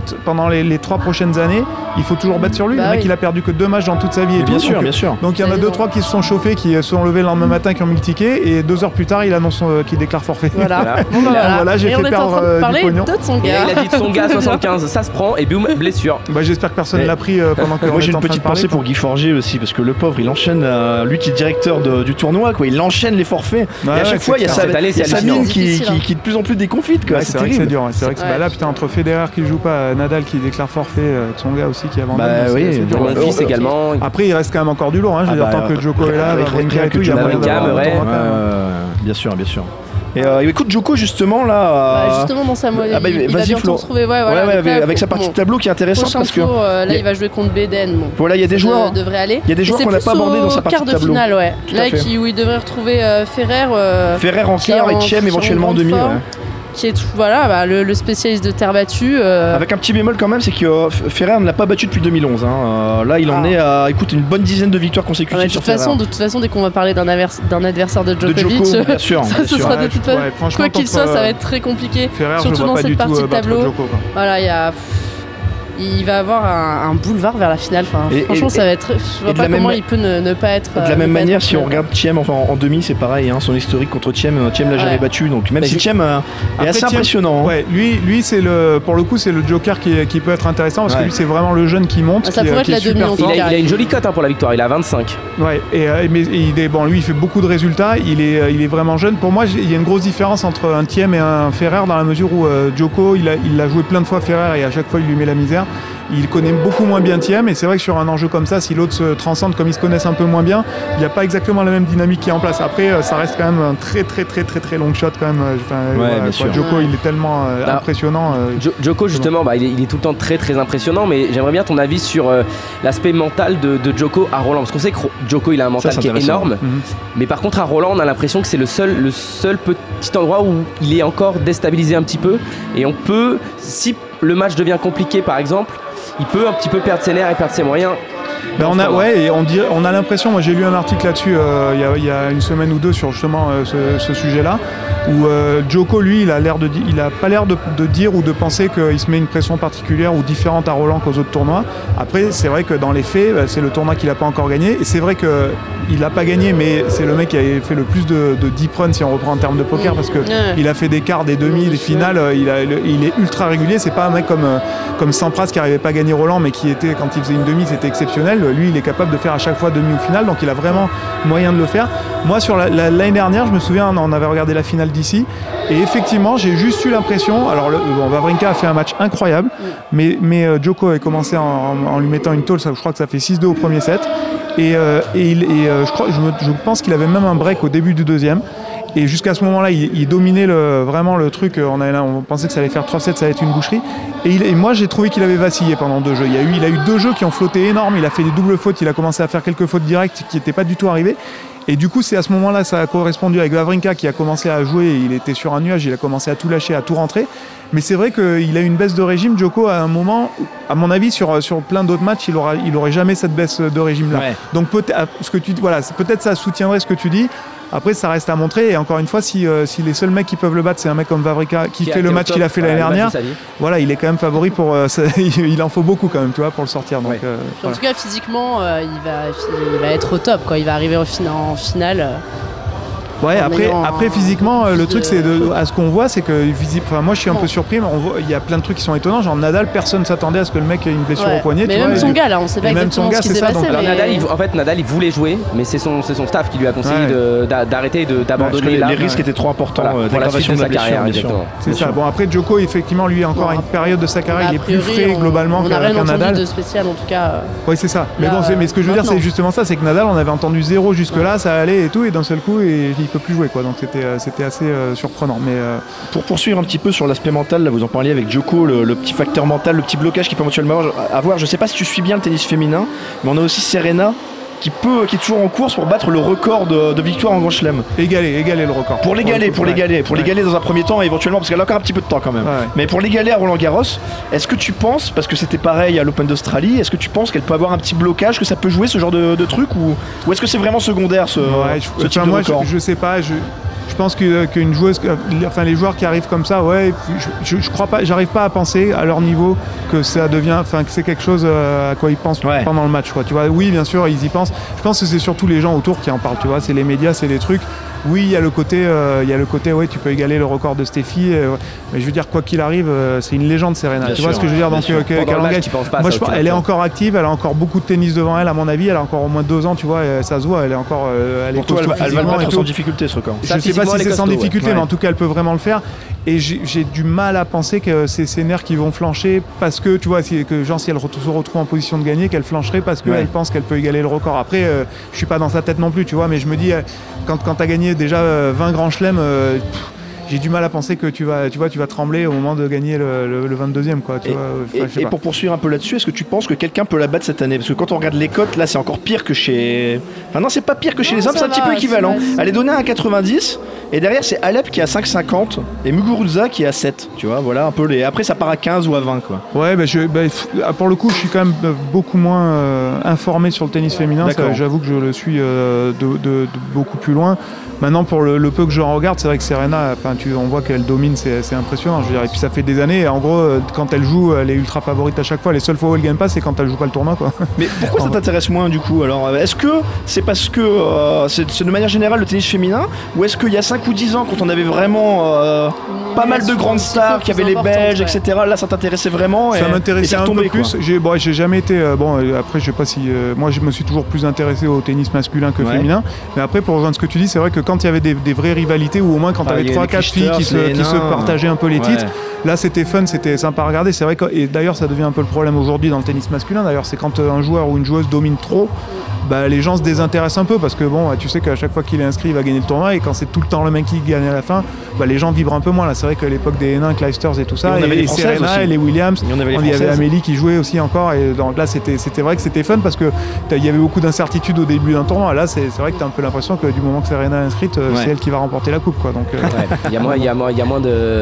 pendant les 3 prochaines années, il faut toujours battre sur lui. Bah le mec, oui. il a perdu que 2 matchs dans toute sa vie. Et Bien tout, sûr, donc, bien sûr. Donc il y en a 2-3 qui se sont chauffés, qui se sont levés le lendemain matin, qui ont mis le ticket, et 2 heures plus tard, il annonce qu'il déclare forfait. Voilà. Voilà. Bon, bah, Voilà, j'ai et fait on était en train perdre de parler du pognon. de son Et là, gars. il a dit de son gars 75, ça se prend et boum, blessure. Bah, j'espère que personne ne l'a pris pendant que Moi on j'ai était une en train petite de parler, pensée quoi. pour Guy Forger aussi, parce que le pauvre il enchaîne, lui qui est directeur du tournoi, quoi, il enchaîne les forfaits. Et à chaque fois il y a clair. Cette année, c'est sa hallucinant. mine C'est difficile, qui est de plus en plus déconfite, quoi. Ouais, c'est c'est vrai que c'est terrible. dur. Ouais. C'est vrai que Ouais. là, putain, entre Federer qui joue pas, Nadal qui déclare forfait, Tsonga aussi qui abandonne. Bah c'est oui, assez dur. Mon ouais. fils également. Après, il reste quand même encore du lourd. Hein. Je veux Ah dire, bah, tant que Djoko est là, Wawrinka et tout, il y a moyen Wawrinka, d'avoir un Murray. tournoi quand même. Bien sûr, bien sûr. Et écoute, Joko justement là. Bah, justement dans sa mode, Ah bah, il va vas-y, bientôt Flo. se trouver. Ouais, Ouais, voilà, ouais, donc là, avec sa partie bon, tableau qui est intéressante prochain parce que tour, là, y a- il va jouer contre Beden. Bon, voilà, il y a des ça joueurs. devrait aller. Il y a des joueurs Et qu'on n'a c'est pas plus abordés dans sa au partie quart de tableau. finale, ouais. Tout à Là, fait. où il devrait retrouver Ferrer. Ferrer en qui est quart et en- Thiem qui est éventuellement en grande demi. forme, Ouais. Qui est voilà, bah, le spécialiste de terre battue. Avec un petit bémol quand même, c'est que Ferrer ne l'a pas battu depuis 2011. Hein. Là, il en Ah. est à écoute, une bonne dizaine de victoires Ouais, consécutives de sur toute façon, Ferrer. dès qu'on va parler d'un adversaire de De Djokovic, Djoko, bien sûr. ça, bien ce sûr. sera de Ouais, toute façon. ouais, franchement, Quoi qu'il contre, soit, ça va être très compliqué. Ferrer, je Surtout le vois dans pas cette du partie tout de battre tableau. Djoko, quoi. Voilà, il va avoir un boulevard vers la finale. Enfin, Et- franchement, et- ça va être. Je vois de pas la même comment ma- il peut ne pas être. De la même manière, si on regarde Thiem en demi, c'est pareil. Hein, son historique contre Thiem l'a jamais Ouais. battu. Donc même Mais si j'ai- Thiem est Après, assez Thiem, impressionnant. hein. Ouais, lui c'est pour le coup, c'est le joker qui peut être intéressant parce Ouais. que lui, c'est vraiment le jeune qui monte. Ça qui, pourrait qui être est la demi super en fort. tout Il cas. a une jolie cote pour la victoire, il a 25. Ouais, mais il fait beaucoup de résultats. Il est vraiment jeune. Pour moi, il y a une grosse différence entre un Thiem et un Ferrer dans la mesure où Djoko, il a joué plein de fois Ferrer et à chaque fois, il lui met la misère. Il connaît beaucoup moins bien Thiem et c'est vrai que sur un enjeu comme ça, si l'autre se transcende comme ils se connaissent un peu moins bien, il n'y a pas exactement la même dynamique qui est en place. Après, ça reste quand même un très long shot quand même. bien sûr. Djoko, il est tellement Alors, impressionnant. Djoko justement, il est tout le temps très impressionnant, mais j'aimerais bien ton avis sur l'aspect mental de Djoko à Roland, parce qu'on sait que Djoko il a un mental c'est qui est intéressant. énorme, mais par contre à Roland on a l'impression que c'est le seul petit endroit où il est encore déstabilisé un petit peu, et on peut, si le match devient compliqué par exemple, il peut un petit peu perdre ses nerfs et perdre ses moyens. Ben on a l'impression, moi j'ai lu un article là-dessus il y a une semaine ou deux sur justement ce sujet-là, où Djoko lui il a pas l'air de dire ou de penser qu'il se met une pression particulière ou différente à Roland qu'aux autres tournois. Après c'est vrai que dans les faits, c'est le tournoi qu'il a pas encore gagné, et c'est vrai que il a pas gagné, mais c'est le mec qui a fait le plus de deep run si on reprend en termes de poker, parce que il a fait des quarts, des demi, des finales, il est ultra régulier. C'est pas un mec comme Sampras qui arrivait pas à gagner Roland, mais qui était, quand il faisait une demi, c'était exceptionnel. Lui, il est capable de faire à chaque fois demi ou finale, donc il a vraiment moyen de le faire. Moi, sur l'année dernière, je me souviens, on avait regardé la finale d'ici, et effectivement, j'ai juste eu l'impression. Alors, Wawrinka a fait un match incroyable, mais Djoko avait commencé en lui mettant une tôle. Je crois que ça fait 6-2 au premier set, je pense qu'il avait même un break au début du deuxième. Et jusqu'à ce moment-là, il dominait vraiment le truc. On pensait que ça allait faire 3-7, ça allait être une boucherie. Et moi, j'ai trouvé qu'il avait vacillé pendant 2 jeux. Il a eu 2 jeux qui ont flotté énorme. Il a fait des doubles fautes. Il a commencé à faire quelques fautes directes qui n'étaient pas du tout arrivées. Et du coup, c'est à ce moment-là, ça a correspondu avec Wawrinka qui a commencé à jouer. Il était sur un nuage. Il a commencé à tout lâcher, à tout rentrer. Mais c'est vrai qu'il a eu une baisse de régime. Djoko, à un moment, à mon avis, sur plein d'autres matchs, il aurait jamais cette baisse de régime-là. Ouais. Donc peut-être ça soutiendrait ce que tu dis. Après, ça reste à montrer. Et encore une fois, si les seuls mecs qui peuvent le battre, c'est un mec comme Wawrinka qui fait le match qu'il a fait l'année dernière, voilà, il est quand même favori pour. Il en faut beaucoup quand même, tu vois, pour le sortir. Donc, En tout cas, physiquement, il va être au top, quoi. Il va arriver en finale. Ouais, après physiquement, le truc, c'est à ce qu'on voit, c'est que moi je suis un peu surpris, mais il y a plein de trucs qui sont étonnants. Genre Nadal, personne ne s'attendait à ce que le mec ait une blessure au poignet. Mais même son gars, là, on sait pas exactement ce qui s'est passé. Alors Nadal, il voulait jouer, mais c'est son staff qui lui a conseillé d'arrêter, d'abandonner. Les risques étaient trop importants pour la suite de sa carrière. C'est ça. Bon, après Djoko, effectivement, lui, encore une période de sa carrière, il est plus frais globalement qu'un Nadal. On n'a rien entendu de spécial, en tout cas. Oui, c'est ça. Mais bon, ce que je veux dire, c'est justement ça, c'est que Nadal, on avait entendu 0 jusque-là, ça allait et tout, et d'un seul coup, il peut plus jouer, quoi. Donc c'était assez surprenant. Mais pour poursuivre un petit peu sur l'aspect mental, là vous en parliez avec Djoko, le petit facteur mental, le petit blocage qu'il peut éventuellement avoir. Je sais pas si tu suis bien le tennis féminin, mais on a aussi Serena qui est toujours en course pour battre le record de victoire en Grand Chelem. Égaler le record. Pour l'égaler dans un premier temps, éventuellement, parce qu'elle a encore un petit peu de temps quand même. Ouais. Mais pour l'égaler à Roland Garros, est-ce que tu penses, parce que c'était pareil à l'Open d'Australie, est-ce que tu penses qu'elle peut avoir un petit blocage, que ça peut jouer ce genre de truc, ou est-ce que c'est vraiment secondaire ce type de record ? Je sais pas. Je pense qu'une joueuse, enfin les joueurs qui arrivent comme ça, ouais, je crois pas, j'arrive pas à penser à leur niveau que ça devient, enfin que c'est quelque chose à quoi ils pensent pendant le match, quoi. Tu vois, oui, bien sûr, ils y pensent. Je pense que c'est surtout les gens autour qui en parlent. Tu vois, c'est les médias, c'est les trucs. Oui, il y a le côté, ouais, tu peux égaler le record de Steffi, mais je veux dire, quoi qu'il arrive, c'est une légende, Serena. Bien tu sûr, vois ce que je veux dire? Donc, moi, je pense, elle est encore active, elle a encore beaucoup de tennis devant elle, à mon avis, elle a encore au moins 2 ans, tu vois, et ça se voit, elle est encore. Pour toi, elle va le battre sans difficulté, ce record. Je sais pas si c'est sans difficulté, mais en tout cas, elle peut vraiment le faire. Et j'ai du mal à penser que c'est ses nerfs qui vont flancher parce que, tu vois, si elle se retrouve en position de gagner, qu'elle flancherait parce qu'elle pense qu'elle peut égaler le record. Après, je suis pas dans sa tête non plus, tu vois, mais je me dis, quand tu as gagné déjà 20 grands chelems, j'ai du mal à penser que tu vas trembler au moment de gagner le 22e, quoi. Et pour poursuivre un peu là-dessus, est-ce que tu penses que quelqu'un peut la battre cette année? Parce que quand on regarde les cotes, là, c'est encore pire que chez. Enfin, non, c'est pas pire que chez les hommes, c'est un petit peu équivalent. Elle est donnée à 1,90 et derrière, c'est Alep qui est à 5,50 et Muguruza qui est à 7. Tu vois, voilà un peu les. Après, ça part à 15 ou à 20, quoi. Ouais, pour le coup, je suis quand même beaucoup moins informé sur le tennis féminin. Ça, j'avoue que je le suis de beaucoup plus loin. Maintenant, pour le peu que je regarde, c'est vrai que Serena, on voit qu'elle domine, c'est impressionnant. Je veux dire. Et puis ça fait des années, et en gros, quand elle joue, elle est ultra favorite à chaque fois. Les seules fois où elle gagne pas, c'est quand elle joue pas le tournoi, quoi. Mais pourquoi ça t'intéresse moins, du coup? Alors, est-ce que c'est parce que c'est de manière générale le tennis féminin, ou est-ce qu'il y a 5 ou 10 ans, quand on avait vraiment pas mal de grandes stars, qui avaient les Belges, etc., là, ça t'intéressait vraiment? Ça m'intéressait un peu plus. J'ai jamais été. Après, je sais pas si. Moi, je me suis toujours plus intéressé au tennis masculin que féminin. Mais après, pour rejoindre ce que tu dis, c'est vrai que quand il y avait des vraies rivalités, ou au moins quand tu avais 3-4 filles qui se partageaient un peu les titres, là c'était fun, c'était sympa à regarder. C'est vrai que, et d'ailleurs ça devient un peu le problème aujourd'hui dans le tennis masculin, d'ailleurs, c'est quand un joueur ou une joueuse domine trop, les gens se désintéressent un peu parce que tu sais qu'à chaque fois qu'il est inscrit il va gagner le tournoi, et quand c'est tout le temps le mec qui gagne à la fin, les gens vibrent un peu moins. Là c'est vrai qu'à l'époque des Hénin, Clijsters et tout ça, et Serena et les Williams, il y avait Amélie qui jouait aussi encore, et donc là c'était vrai que c'était fun parce que il y avait beaucoup d'incertitudes au début d'un tournoi. Là c'est vrai que tu as un peu l'impression que du moment que Serena est inscrite, c'est elle qui va remporter la coupe, quoi. Donc il y a moins de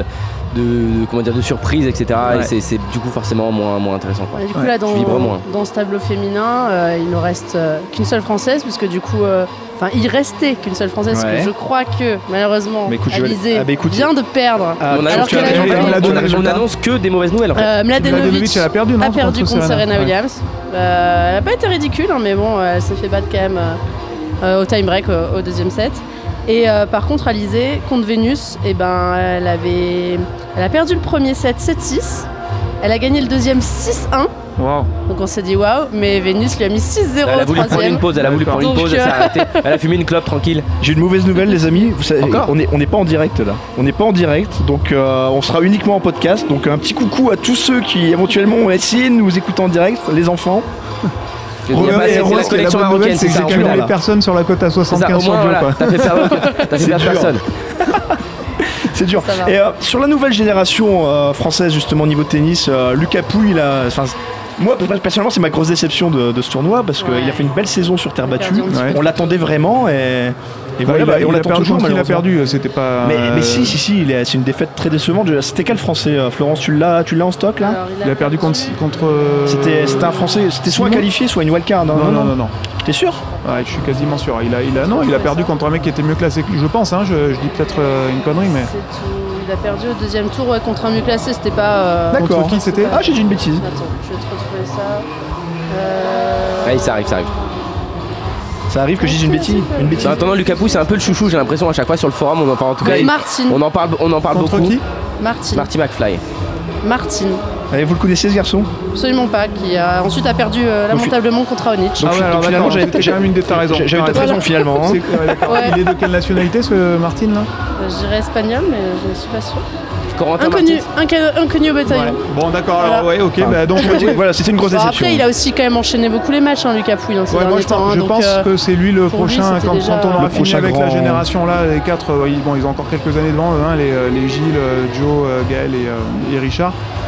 surprises, etc. Et c'est du coup forcément moins intéressant, quoi. Et du coup là dans ce tableau féminin, il ne reste qu'une seule française, puisque du coup il restait qu'une seule française, parce que je crois que malheureusement Alizé vient de perdre. On annonce que des mauvaises nouvelles, en fait. Mladenovic a perdu contre Serena Williams. Elle n'a pas été ridicule, mais bon, elle s'est fait battre quand même au time break au deuxième set. Et par contre, Alizé contre Vénus, elle a perdu le premier set 7-6. Elle a gagné le deuxième 6-1. Wow. Donc on s'est dit waouh, mais Vénus lui a mis 6-0 Elle a voulu prendre une pause, elle s'est arrêtée. Elle a fumé une clope tranquille. J'ai une mauvaise nouvelle, les amis. Vous savez, on n'est pas en direct là. On n'est pas en direct, donc on sera uniquement en podcast. Donc un petit coucou à tous ceux qui éventuellement ont essayé de nous écouter en direct, les enfants. C'est la collection marocaine, c'est que j'ai calmé les personnes sur la cote à 75 sur Joe, quoi. T'as fait perdre personne. C'est dur. Et sur la nouvelle génération française, justement, au niveau tennis, Lucas Pouille, moi, personnellement, c'est ma grosse déception de ce tournoi, parce qu'il a fait une belle saison sur terre battue. On l'attendait vraiment, et voilà, on l'attend toujours. Il a perdu, c'était pas. Mais si, c'est une défaite très décevante. C'était quel Français, Florence? Tu l'as en stock là? Alors, il a perdu contre. C'était un Français. C'était soit un qualifié, soit une wildcard. Non. T'es sûr? Ouais, je suis quasiment sûr. Il a perdu contre un mec qui était mieux classé. Je pense. Je dis peut-être une connerie, mais. Il a perdu au deuxième tour contre un mieux classé, c'était pas. D'accord. Contre qui c'était? Ah, j'ai dit une bêtise. Attends, je vais te retrouver ça. Ça arrive. Ça arrive que je dise une bêtise. En attendant, Lucas Pouille, c'est un peu le chouchou, j'ai l'impression à chaque fois sur le forum. En tout cas, on en parle contre beaucoup. Qui? Martin McFly. Martin. Vous le connaissez, ce garçon? Absolument pas, qui a ensuite perdu lamentablement contre Raonic. Donc finalement, j'avais quand même une raison. J'avais peut-être raison finalement. Ouais. Il est de quelle nationalité, ce Martin là? Je dirais espagnol, mais je ne suis pas sûr. Inconnu au bataillon. Ouais. Bon, d'accord, alors ok. Donc voilà, c'était une grosse déception. Après, il a aussi quand même enchaîné beaucoup les matchs, Lucas Pouille. Je pense que c'est lui le prochain, quand on aura fini avec la génération là, les 4, ils ont encore quelques années devant eux, les Gilles, Joe, Gaël et Richard.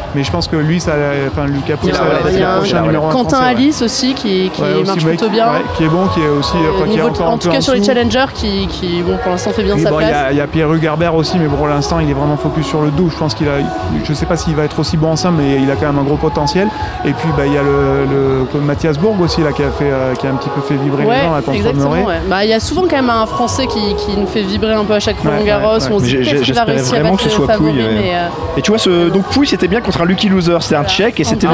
mais je pense que lui, Lucas Pouille, ça va Il y être a le prochain numéro 1 Quentin français, Alice aussi qui marche plutôt bien. Qui est bon, qui est aussi. Qui est encore en tout cas sur les challengers qui pour l'instant fait bien sa place. Il y a Pierre Hugerbert aussi, mais pour l'instant il est vraiment focus sur le dos. Je pense je sais pas s'il va être aussi bon en simple, mais il a quand même un gros potentiel. Et puis il y a le Mathias Bourg aussi là qui a un petit peu fait vibrer les gens là, contre Murray. Il y a souvent quand même un Français qui nous fait vibrer un peu à chaque Roland-Garros. On se dit peut-être qu'il va réussir à être favori. Et tu vois, donc Pouille c'était bien contre un lucky loser, c'était un Tchèque et c'était le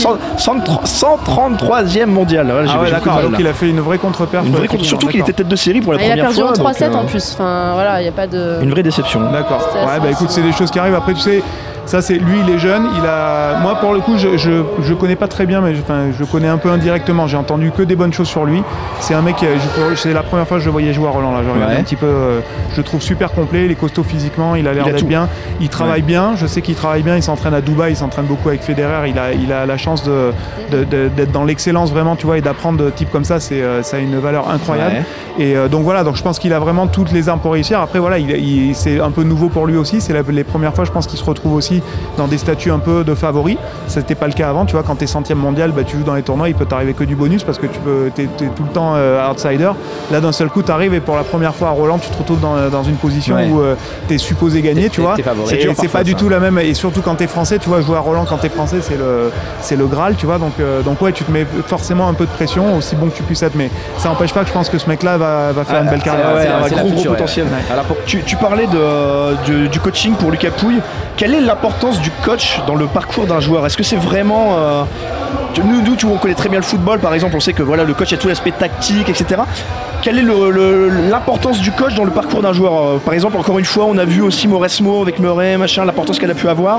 133e mondial. D'accord, donc il a fait une vraie contre-perf. Surtout qu'il était tête de série pour la première fois. Il a perdu en 3-7 en plus. Enfin voilà, il y a pas de. Une vraie déception. D'accord. Écoute, c'est des choses qui arrivent. Après, tu sais. Ça, c'est lui, il est jeune. Moi, pour le coup, je connais pas très bien, mais je connais un peu indirectement. J'ai entendu que des bonnes choses sur lui. C'est un mec, c'est la première fois que je le voyais jouer à Roland. Là, je regarde un petit peu. Je le trouve super complet. Il est costaud physiquement. Il a l'air d'être bien. Il travaille bien. Je sais qu'il travaille bien. Il s'entraîne à Dubaï. Il s'entraîne beaucoup avec Federer. Il a la chance d'être dans l'excellence vraiment, tu vois, et d'apprendre de types comme ça. Ça a une valeur incroyable. Et donc voilà. Donc je pense qu'il a vraiment toutes les armes pour réussir. Après voilà, c'est un peu nouveau pour lui aussi. C'est les premières fois, je pense, qu'il se retrouve aussi dans des statuts un peu de favoris. Ça n'était pas le cas avant, tu vois, quand tu es 100e mondial, tu joues dans les tournois, il peut t'arriver que du bonus parce que t'es tout le temps outsider. Là d'un seul coup tu arrives et pour la première fois à Roland tu te retrouves dans une position où tu es supposé gagner, tu vois. C'est pas du tout la même, et surtout quand tu es français, tu vois, jouer à Roland quand tu es français c'est le Graal, tu vois, donc ouais, tu te mets forcément un peu de pression, aussi bon que tu puisses être, mais ça n'empêche pas que je pense que ce mec là va faire une belle carrière. C'est un gros potentiel. Alors tu parlais du coaching pour Lucas Pouille. Quelle est l'importance du coach dans le parcours d'un joueur? Est-ce que c'est vraiment... Nous, on connaît très bien le football, par exemple, on sait que voilà, le coach a tout l'aspect tactique, etc. Quelle est l'importance du coach dans le parcours d'un joueur? Par exemple, encore une fois, on a vu aussi Mauresmo avec Murray, l'importance qu'elle a pu avoir.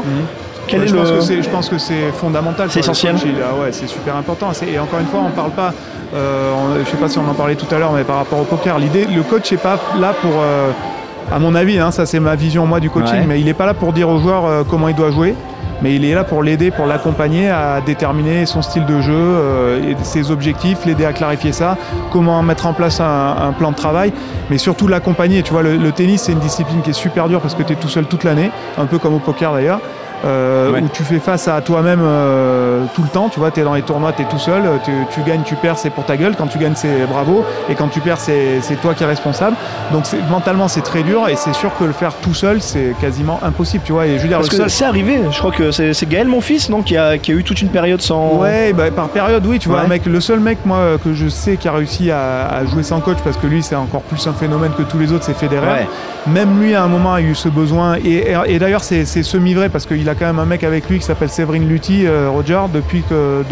Je pense que c'est fondamental. C'est essentiel. C'est super important. Et encore une fois, on parle pas... je sais pas si on en parlait tout à l'heure, mais par rapport au poker, le coach n'est pas là pour... à mon avis, ça c'est ma vision moi du coaching, mais il n'est pas là pour dire au joueur comment il doit jouer, mais il est là pour l'aider, pour l'accompagner à déterminer son style de jeu, et ses objectifs, l'aider à clarifier ça, comment mettre en place un plan de travail, mais surtout l'accompagner. Tu vois, le tennis c'est une discipline qui est super dure parce que tu es tout seul toute l'année, un peu comme au poker d'ailleurs. Où tu fais face à toi-même tout le temps, tu vois, tu es dans les tournois, tu es tout seul, tu gagnes, tu perds, c'est pour ta gueule, quand tu gagnes c'est bravo, et quand tu perds c'est toi qui es responsable, donc mentalement c'est très dur, et c'est sûr que le faire tout seul c'est quasiment impossible, tu vois, et je veux dire, parce que c'est arrivé, je crois que c'est Gaël mon fils, non, qui a eu toute une période sans... Ouais, par période oui, tu vois, le seul mec moi que je sais qui a réussi à jouer sans coach, parce que lui c'est encore plus un phénomène que tous les autres, c'est Federer. Même lui à un moment a eu ce besoin, et d'ailleurs c'est semi-vrai, parce qu'il a quand même un mec avec lui qui s'appelle Séverine Luthi, Roger, depuis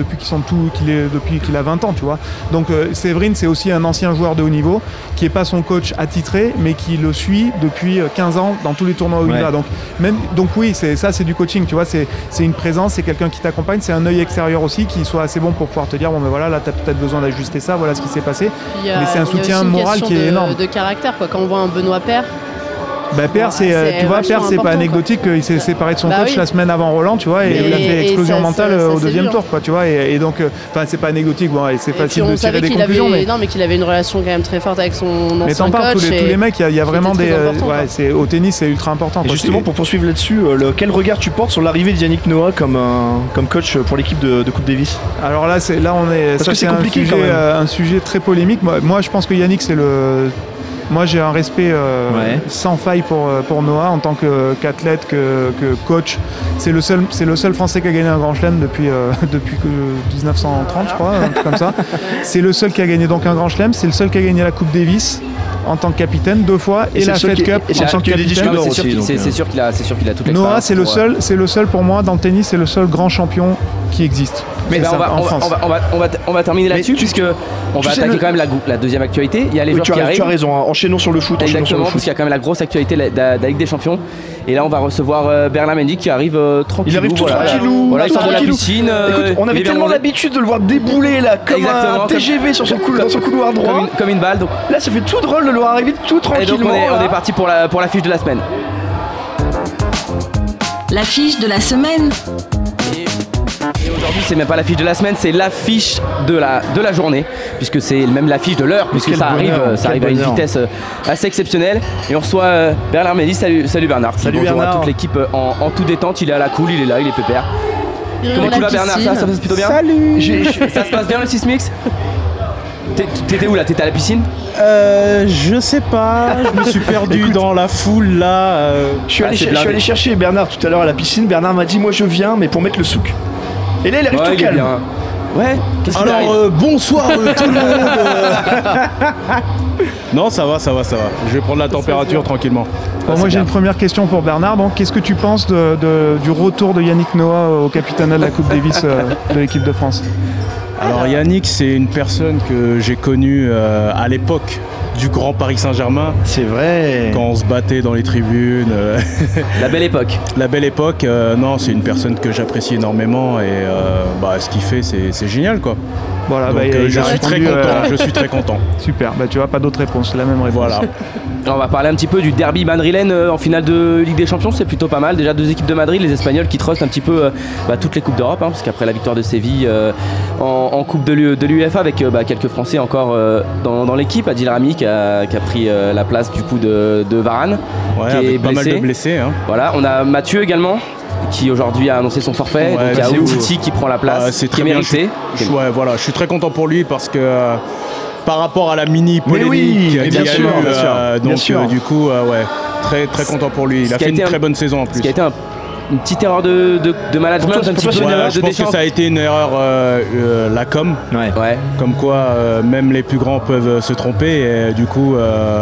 qu'il a 20 ans, tu vois. Donc Séverine c'est aussi un ancien joueur de haut niveau qui est pas son coach attitré, mais qui le suit depuis 15 ans dans tous les tournois où il va. Donc oui, c'est du coaching, tu vois, c'est une présence, c'est quelqu'un qui t'accompagne, c'est un œil extérieur aussi qui soit assez bon pour pouvoir te dire bon ben voilà, là t'as peut-être besoin d'ajuster ça, voilà ce qui s'est passé. Mais c'est un soutien moral qui est énorme. De caractère quoi, quand on voit un Benoît Paire. Père, tu vois, Père, c'est pas anecdotique qu'il s'est séparé de son coach la semaine avant Roland, tu vois, et il a fait explosion mentale au deuxième tour, quoi, tu vois, et donc, c'est pas anecdotique, bon, et c'est facile de tirer des conclusions. Mais qu'il avait une relation quand même très forte avec son ancien coach. Mais t'en parles, tous les mecs, il y a vraiment des. Au tennis, c'est ultra important. Et justement, pour poursuivre là-dessus, quel regard tu portes sur l'arrivée de Yannick Noah comme coach pour l'équipe de Coupe Davis? Alors là, parce que c'est compliqué quand même. Un sujet très polémique. Moi, je pense que Yannick, c'est le. Moi j'ai un respect sans faille pour Noah en tant qu'athlète, que coach. C'est le seul Français qui a gagné un grand chelem depuis 1930 je crois, un truc comme ça. C'est le seul qui a gagné donc un grand chelem, c'est le seul qui a gagné la Coupe Davis en tant que capitaine 2 fois et la Fed Cup en tant que capitaine. C'est sûr qu'il a toute l'expérience. Noah c'est le seul pour moi dans le tennis, c'est le seul grand champion qui existe. Mais on va terminer là-dessus, puisque on va attaquer quand même la deuxième actualité. Il y a les joueurs qui arrivent. Tu as raison, enchaînons sur le foot. Exactement, parce qu'il y a quand même la grosse actualité de la Ligue des Champions. Et là on va recevoir Bernard Mendy qui arrive tranquillou. Il arrive tout tranquillou. Voilà, il sort de la piscine. Écoute, on avait tellement l'habitude de le voir débouler là, comme un TGV dans son couloir droit. Comme une balle. Donc. Là ça fait tout drôle de le voir arriver tout tranquillement. Et donc on est parti pour la fiche de la semaine. La fiche de la semaine. aujourd'hui c'est même pas l'affiche de la semaine, c'est l'affiche de la journée, puisque c'est même l'affiche de l'heure, puisque ça arrive à une vitesse assez exceptionnelle. Et on reçoit Bernard Mendy. Salut Bernard. Salut Bonjour Bernard. à toute l'équipe en toute détente. Il est à la cool, il est là, il est pépère. Comment tu vas Bernard? Ça se passe plutôt bien? Salut. Ça se passe bien le Sismix? T'étais où là? T'étais à la piscine? Je sais pas, je me suis perdu dans la foule là. Je suis allé chercher Bernard tout à l'heure à la piscine. Bernard m'a dit moi je viens mais pour mettre le souk. Et là il arrive tout il est calme. bien. Ouais, qu'est-ce qu'il arrive? Alors bonsoir tout le monde. Non, ça va. Je vais prendre la température tranquillement. Bon, moi j'ai une première question pour Bernard. Donc, qu'est-ce que tu penses du retour de Yannick Noah au capitanat de la Coupe Davis de l'équipe de France? Alors Yannick, c'est une personne que j'ai connue à l'époque du Grand Paris Saint-Germain. C'est vrai. Quand on se battait dans les tribunes. La belle époque. La belle époque. Non, c'est une personne que j'apprécie énormément et ce qu'il fait, c'est génial quoi. Voilà, Donc, je suis très content. Je suis très content. Super. Bah tu vois, pas d'autre réponse, c'est la même réponse. Voilà. On va parler un petit peu du derby madrilène en finale de Ligue des Champions, c'est plutôt pas mal. Déjà 2 équipes de Madrid, les Espagnols qui trustent un petit peu toutes les coupes d'Europe, parce qu'après la victoire de Séville en coupe de l'UEFA avec quelques Français encore dans l'équipe, Adil Rami qui a pris la place du coup de Varane, Ouais, qui est avec pas mal blessé. de blessés. Hein. Voilà, on a Mathieu également qui aujourd'hui a annoncé son forfait, Ouais, donc il y a c'est Umtiti qui prend la place, c'est qui très est bien. mérité. Je suis très content pour lui parce que par rapport à la mini Mais polémique oui, qu'il y a bien eu, sûr, bien sûr. du coup, très très content pour lui. Il a fait une très bonne saison en plus. Ce qui a été une petite erreur de management, Pour toi, un petit peu Ouais, de je pense que Deschamps. ça a été une erreur, la com. Ouais. Comme quoi, même les plus grands peuvent se tromper. Et du coup,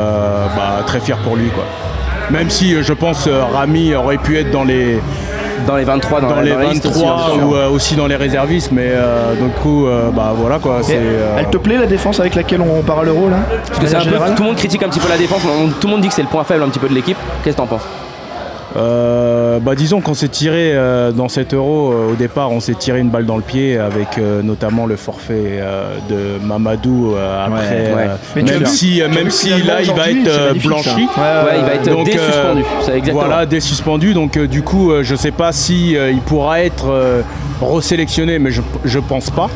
très fier pour lui, quoi. Même si je pense Rami aurait pu être dans les 23, dans les la liste aussi, 23 bien sûr. ou aussi dans les réservistes, mais donc du coup, voilà quoi. Et elle te plaît la défense avec laquelle on part à l'Euro là? Parce que c'est un peu, tout le monde critique un petit peu la défense, tout le monde dit que c'est le point faible un petit peu de l'équipe. Qu'est-ce que t'en penses? Disons qu'on s'est tiré dans cet Euro, au départ on s'est tiré une balle dans le pied avec notamment le forfait de Mamadou après. Mais Même si là il va être blanchi. Ouais, il va être Donc, désuspendu. C'est exactement. Voilà, désuspendu. Donc du coup, je sais pas si il pourra être resélectionné, mais je pense pas.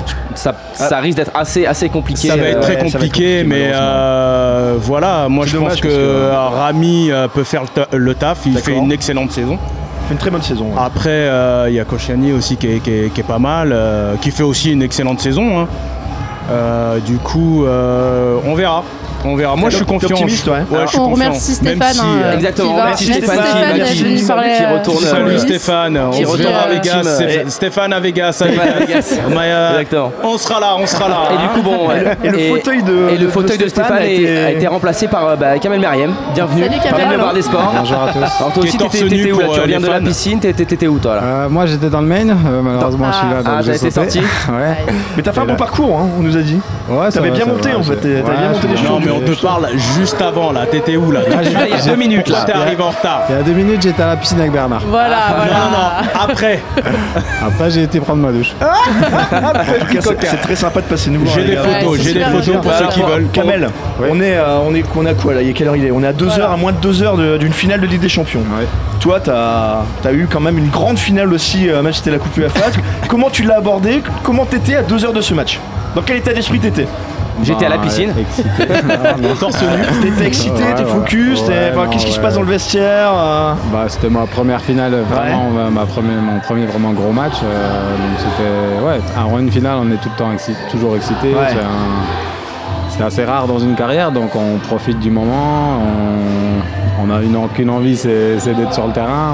Ça risque d'être assez compliqué. Ça va être très ça va être compliqué, mais voilà, moi C'est je dommage pense que, parce que- Rami peut faire le taf, il fait D'accord. une excellente saison. fait une très bonne saison. Ouais. Après, il y a Koscielny aussi qui est pas mal, qui fait aussi une excellente saison. Hein. Du coup, on verra. Moi, je suis confiant. Optimiste, ouais. Je suis On confiant. remercie Stéphane. Même si, Exactement, qui va- merci Merci Stéphane est venu parler, qui retourne. Salut Stéphane, on Qui se retourne verra à avec Vegas. Team, Stéphane à Vegas. Stéphane à Vegas. Exactement. On sera là. Et du coup, bon, Et le fauteuil de fauteuil de Stéphane a été remplacé par Kamel Meriem. Bienvenue Salut, Kamel. parmi le bar des sports. Bonjour à tous. Alors toi Qui aussi est torse t'étais nu où là? pour, Tu reviens les de la fans. piscine, t'étais où toi là? Moi j'étais dans le main, malheureusement je suis là donc Ah, j'ai t'as été sauté. sorti. Ouais. Mais t'as fait un bon parcours, hein, on nous a dit. Ouais, ça T'avais va, bien ça monté va, en fait. j'ai- T'avais bien Ouais, monté les je- choses. Non, mais on te parle juste avant là. T'étais où là? Il y a 2 minutes là. T'es arrivé en retard. Il y a 2 minutes j'étais à la piscine avec Bernard. Voilà, Non, après. Après j'ai été prendre ma douche. En tout cas, c'est très sympa de passer nous voir. J'ai les des gars. photos, c'est j'ai des super photos pour gentil. ceux qui veulent. Kamel, Oui. on a quoi là? Il y a quelle heure il est? On est à 2 heures, à moins de 2 heures d'une finale de Ligue des Champions. Ouais. Toi, t'as eu quand même une grande finale aussi, même si c'était la Coupe UEFA. Comment tu l'as abordé? Comment t'étais à 2 heures de ce match? Dans quel état d'esprit t'étais? J'étais à la piscine. Excité. Non, non. Torse nu. T'étais excité, Ouais, t'es ouais. focus, Ouais, non, qu'est-ce qui se ouais. passe dans le vestiaire? Bah, c'était ma première finale, vraiment mon premier vraiment gros match. Donc c'était avant une finale on est tout le temps toujours excité. Ouais. C'est assez rare dans une carrière donc on profite du moment. On a qu'une envie c'est d'être sur le terrain.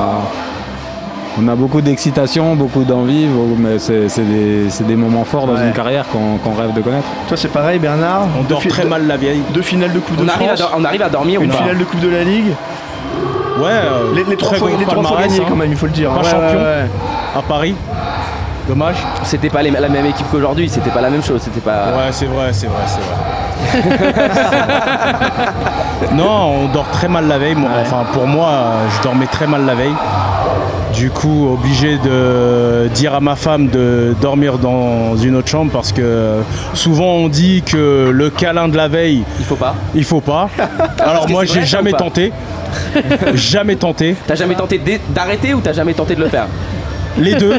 On a beaucoup d'excitation, beaucoup d'envie, mais c'est des moments forts dans Ouais. une carrière qu'on rêve de connaître. Toi, c'est pareil, Bernard. On dort très mal la vieille. 2 finales de Coupe de On arrive France, on arrive à dormir ou une pas? finale de Coupe de la Ligue. Ouais. Les 3 très fois, gros les 3 fois palmarès, gagnés hein. quand même, il faut le dire. Pas Ouais, champion. ouais. À Paris. Dommage. C'était pas la même équipe qu'aujourd'hui, c'était pas la même chose, c'était pas. Ouais, c'est vrai. Non, on dort très mal la veille. Enfin, pour moi, je dormais très mal la veille. Du coup, obligé de dire à ma femme de dormir dans une autre chambre parce que souvent on dit que le câlin de la veille, Il faut pas. il faut pas. Alors que moi, c'est vrai, j'ai ça, jamais ou pas tenté. Jamais tenté. T'as jamais tenté d'arrêter ou t'as jamais tenté de le faire? Les deux.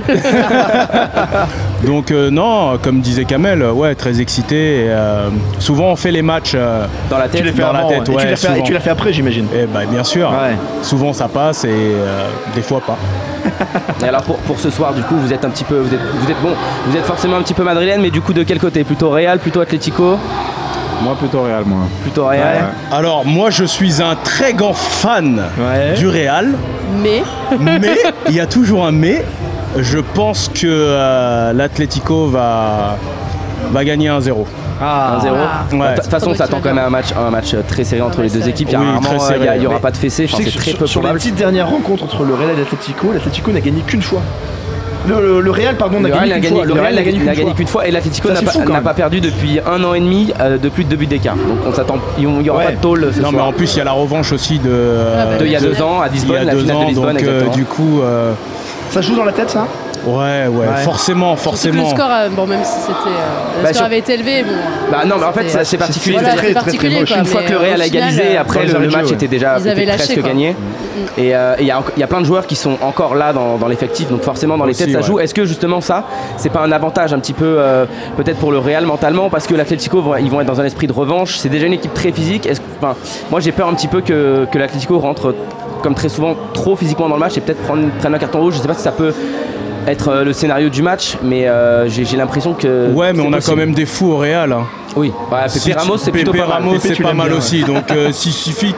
Donc non, comme disait Kamel, ouais, très excité. Et, souvent on fait les matchs Dans la tête. Tu les fais dans avant, la tête, et ouais, tu l'as fait après, j'imagine. Et bah, bien sûr. Ouais. Souvent ça passe et des fois pas. Et alors pour ce soir, du coup, vous êtes un petit peu, vous êtes forcément un petit peu madrilène, mais du coup de quel côté? Plutôt Real, plutôt Atlético? Moi, plutôt Real, moi. Plutôt Real. Ouais. Alors moi je suis un très grand fan Ouais. du Real, Mais mais il y a toujours un mais. Je pense que l'Atlético va gagner 1-0. 1-0. Ouais. De toute façon, on s'attend quand même à un match très serré entre les deux équipes. Il n'y aura pas de fessée. Je sais que C'est très peu sur la probable. petite dernière rencontre entre le Real et l'Atlético n'a gagné qu'une fois. Le Real, pardon, n'a Le Real gagné qu'une fois. Le Real n'a gagné qu'une fois et l'Atlético Ça, c'est fou, quand n'a même. pas perdu depuis 1 an et demi de plus de 2 buts d'écart. Donc on s'attend, il n'y aura Ouais. pas de tôle ce Non mais soir. en plus il y a la revanche aussi de Il y a 2 ans à il y Lisbonne, a la 2 finale ans, de Lisbonne, donc exactement. du coup Ça joue dans la tête, ça? ouais, forcément. surtout que le score, bon, même si c'était, le Bah, score sur- avait été élevé, bon. Bah non, mais en fait c'est particulier. Voilà, C'est-à-dire c'est très, particulier, très moche. quoi, une fois mais que le Real au a final, égalisé, après dans les le arrêts de match jeu, était déjà Ils avaient lâché, presque quoi. gagné. Et il y a plein de joueurs qui sont encore là dans l'effectif, donc forcément dans les Aussi, têtes ça ouais. joue. Est-ce que justement ça, c'est pas un avantage un petit peu peut-être pour le Real mentalement, parce que l'Atlético ils vont être dans un esprit de revanche. C'est déjà une équipe très physique. Moi j'ai peur un petit peu que l'Atlético rentre comme très souvent trop physiquement dans le match et peut-être prenne un carton rouge. Je sais pas si ça peut être le scénario du match, mais j'ai l'impression que Ouais, mais c'est on a possible. quand même des fous au Real. Hein. Oui, ouais, Pepe Ramos c'est plutôt Pepe pas mal. Ramos, Pepe, c'est tu pas l'aimes mal bien, aussi. Donc s'il suffit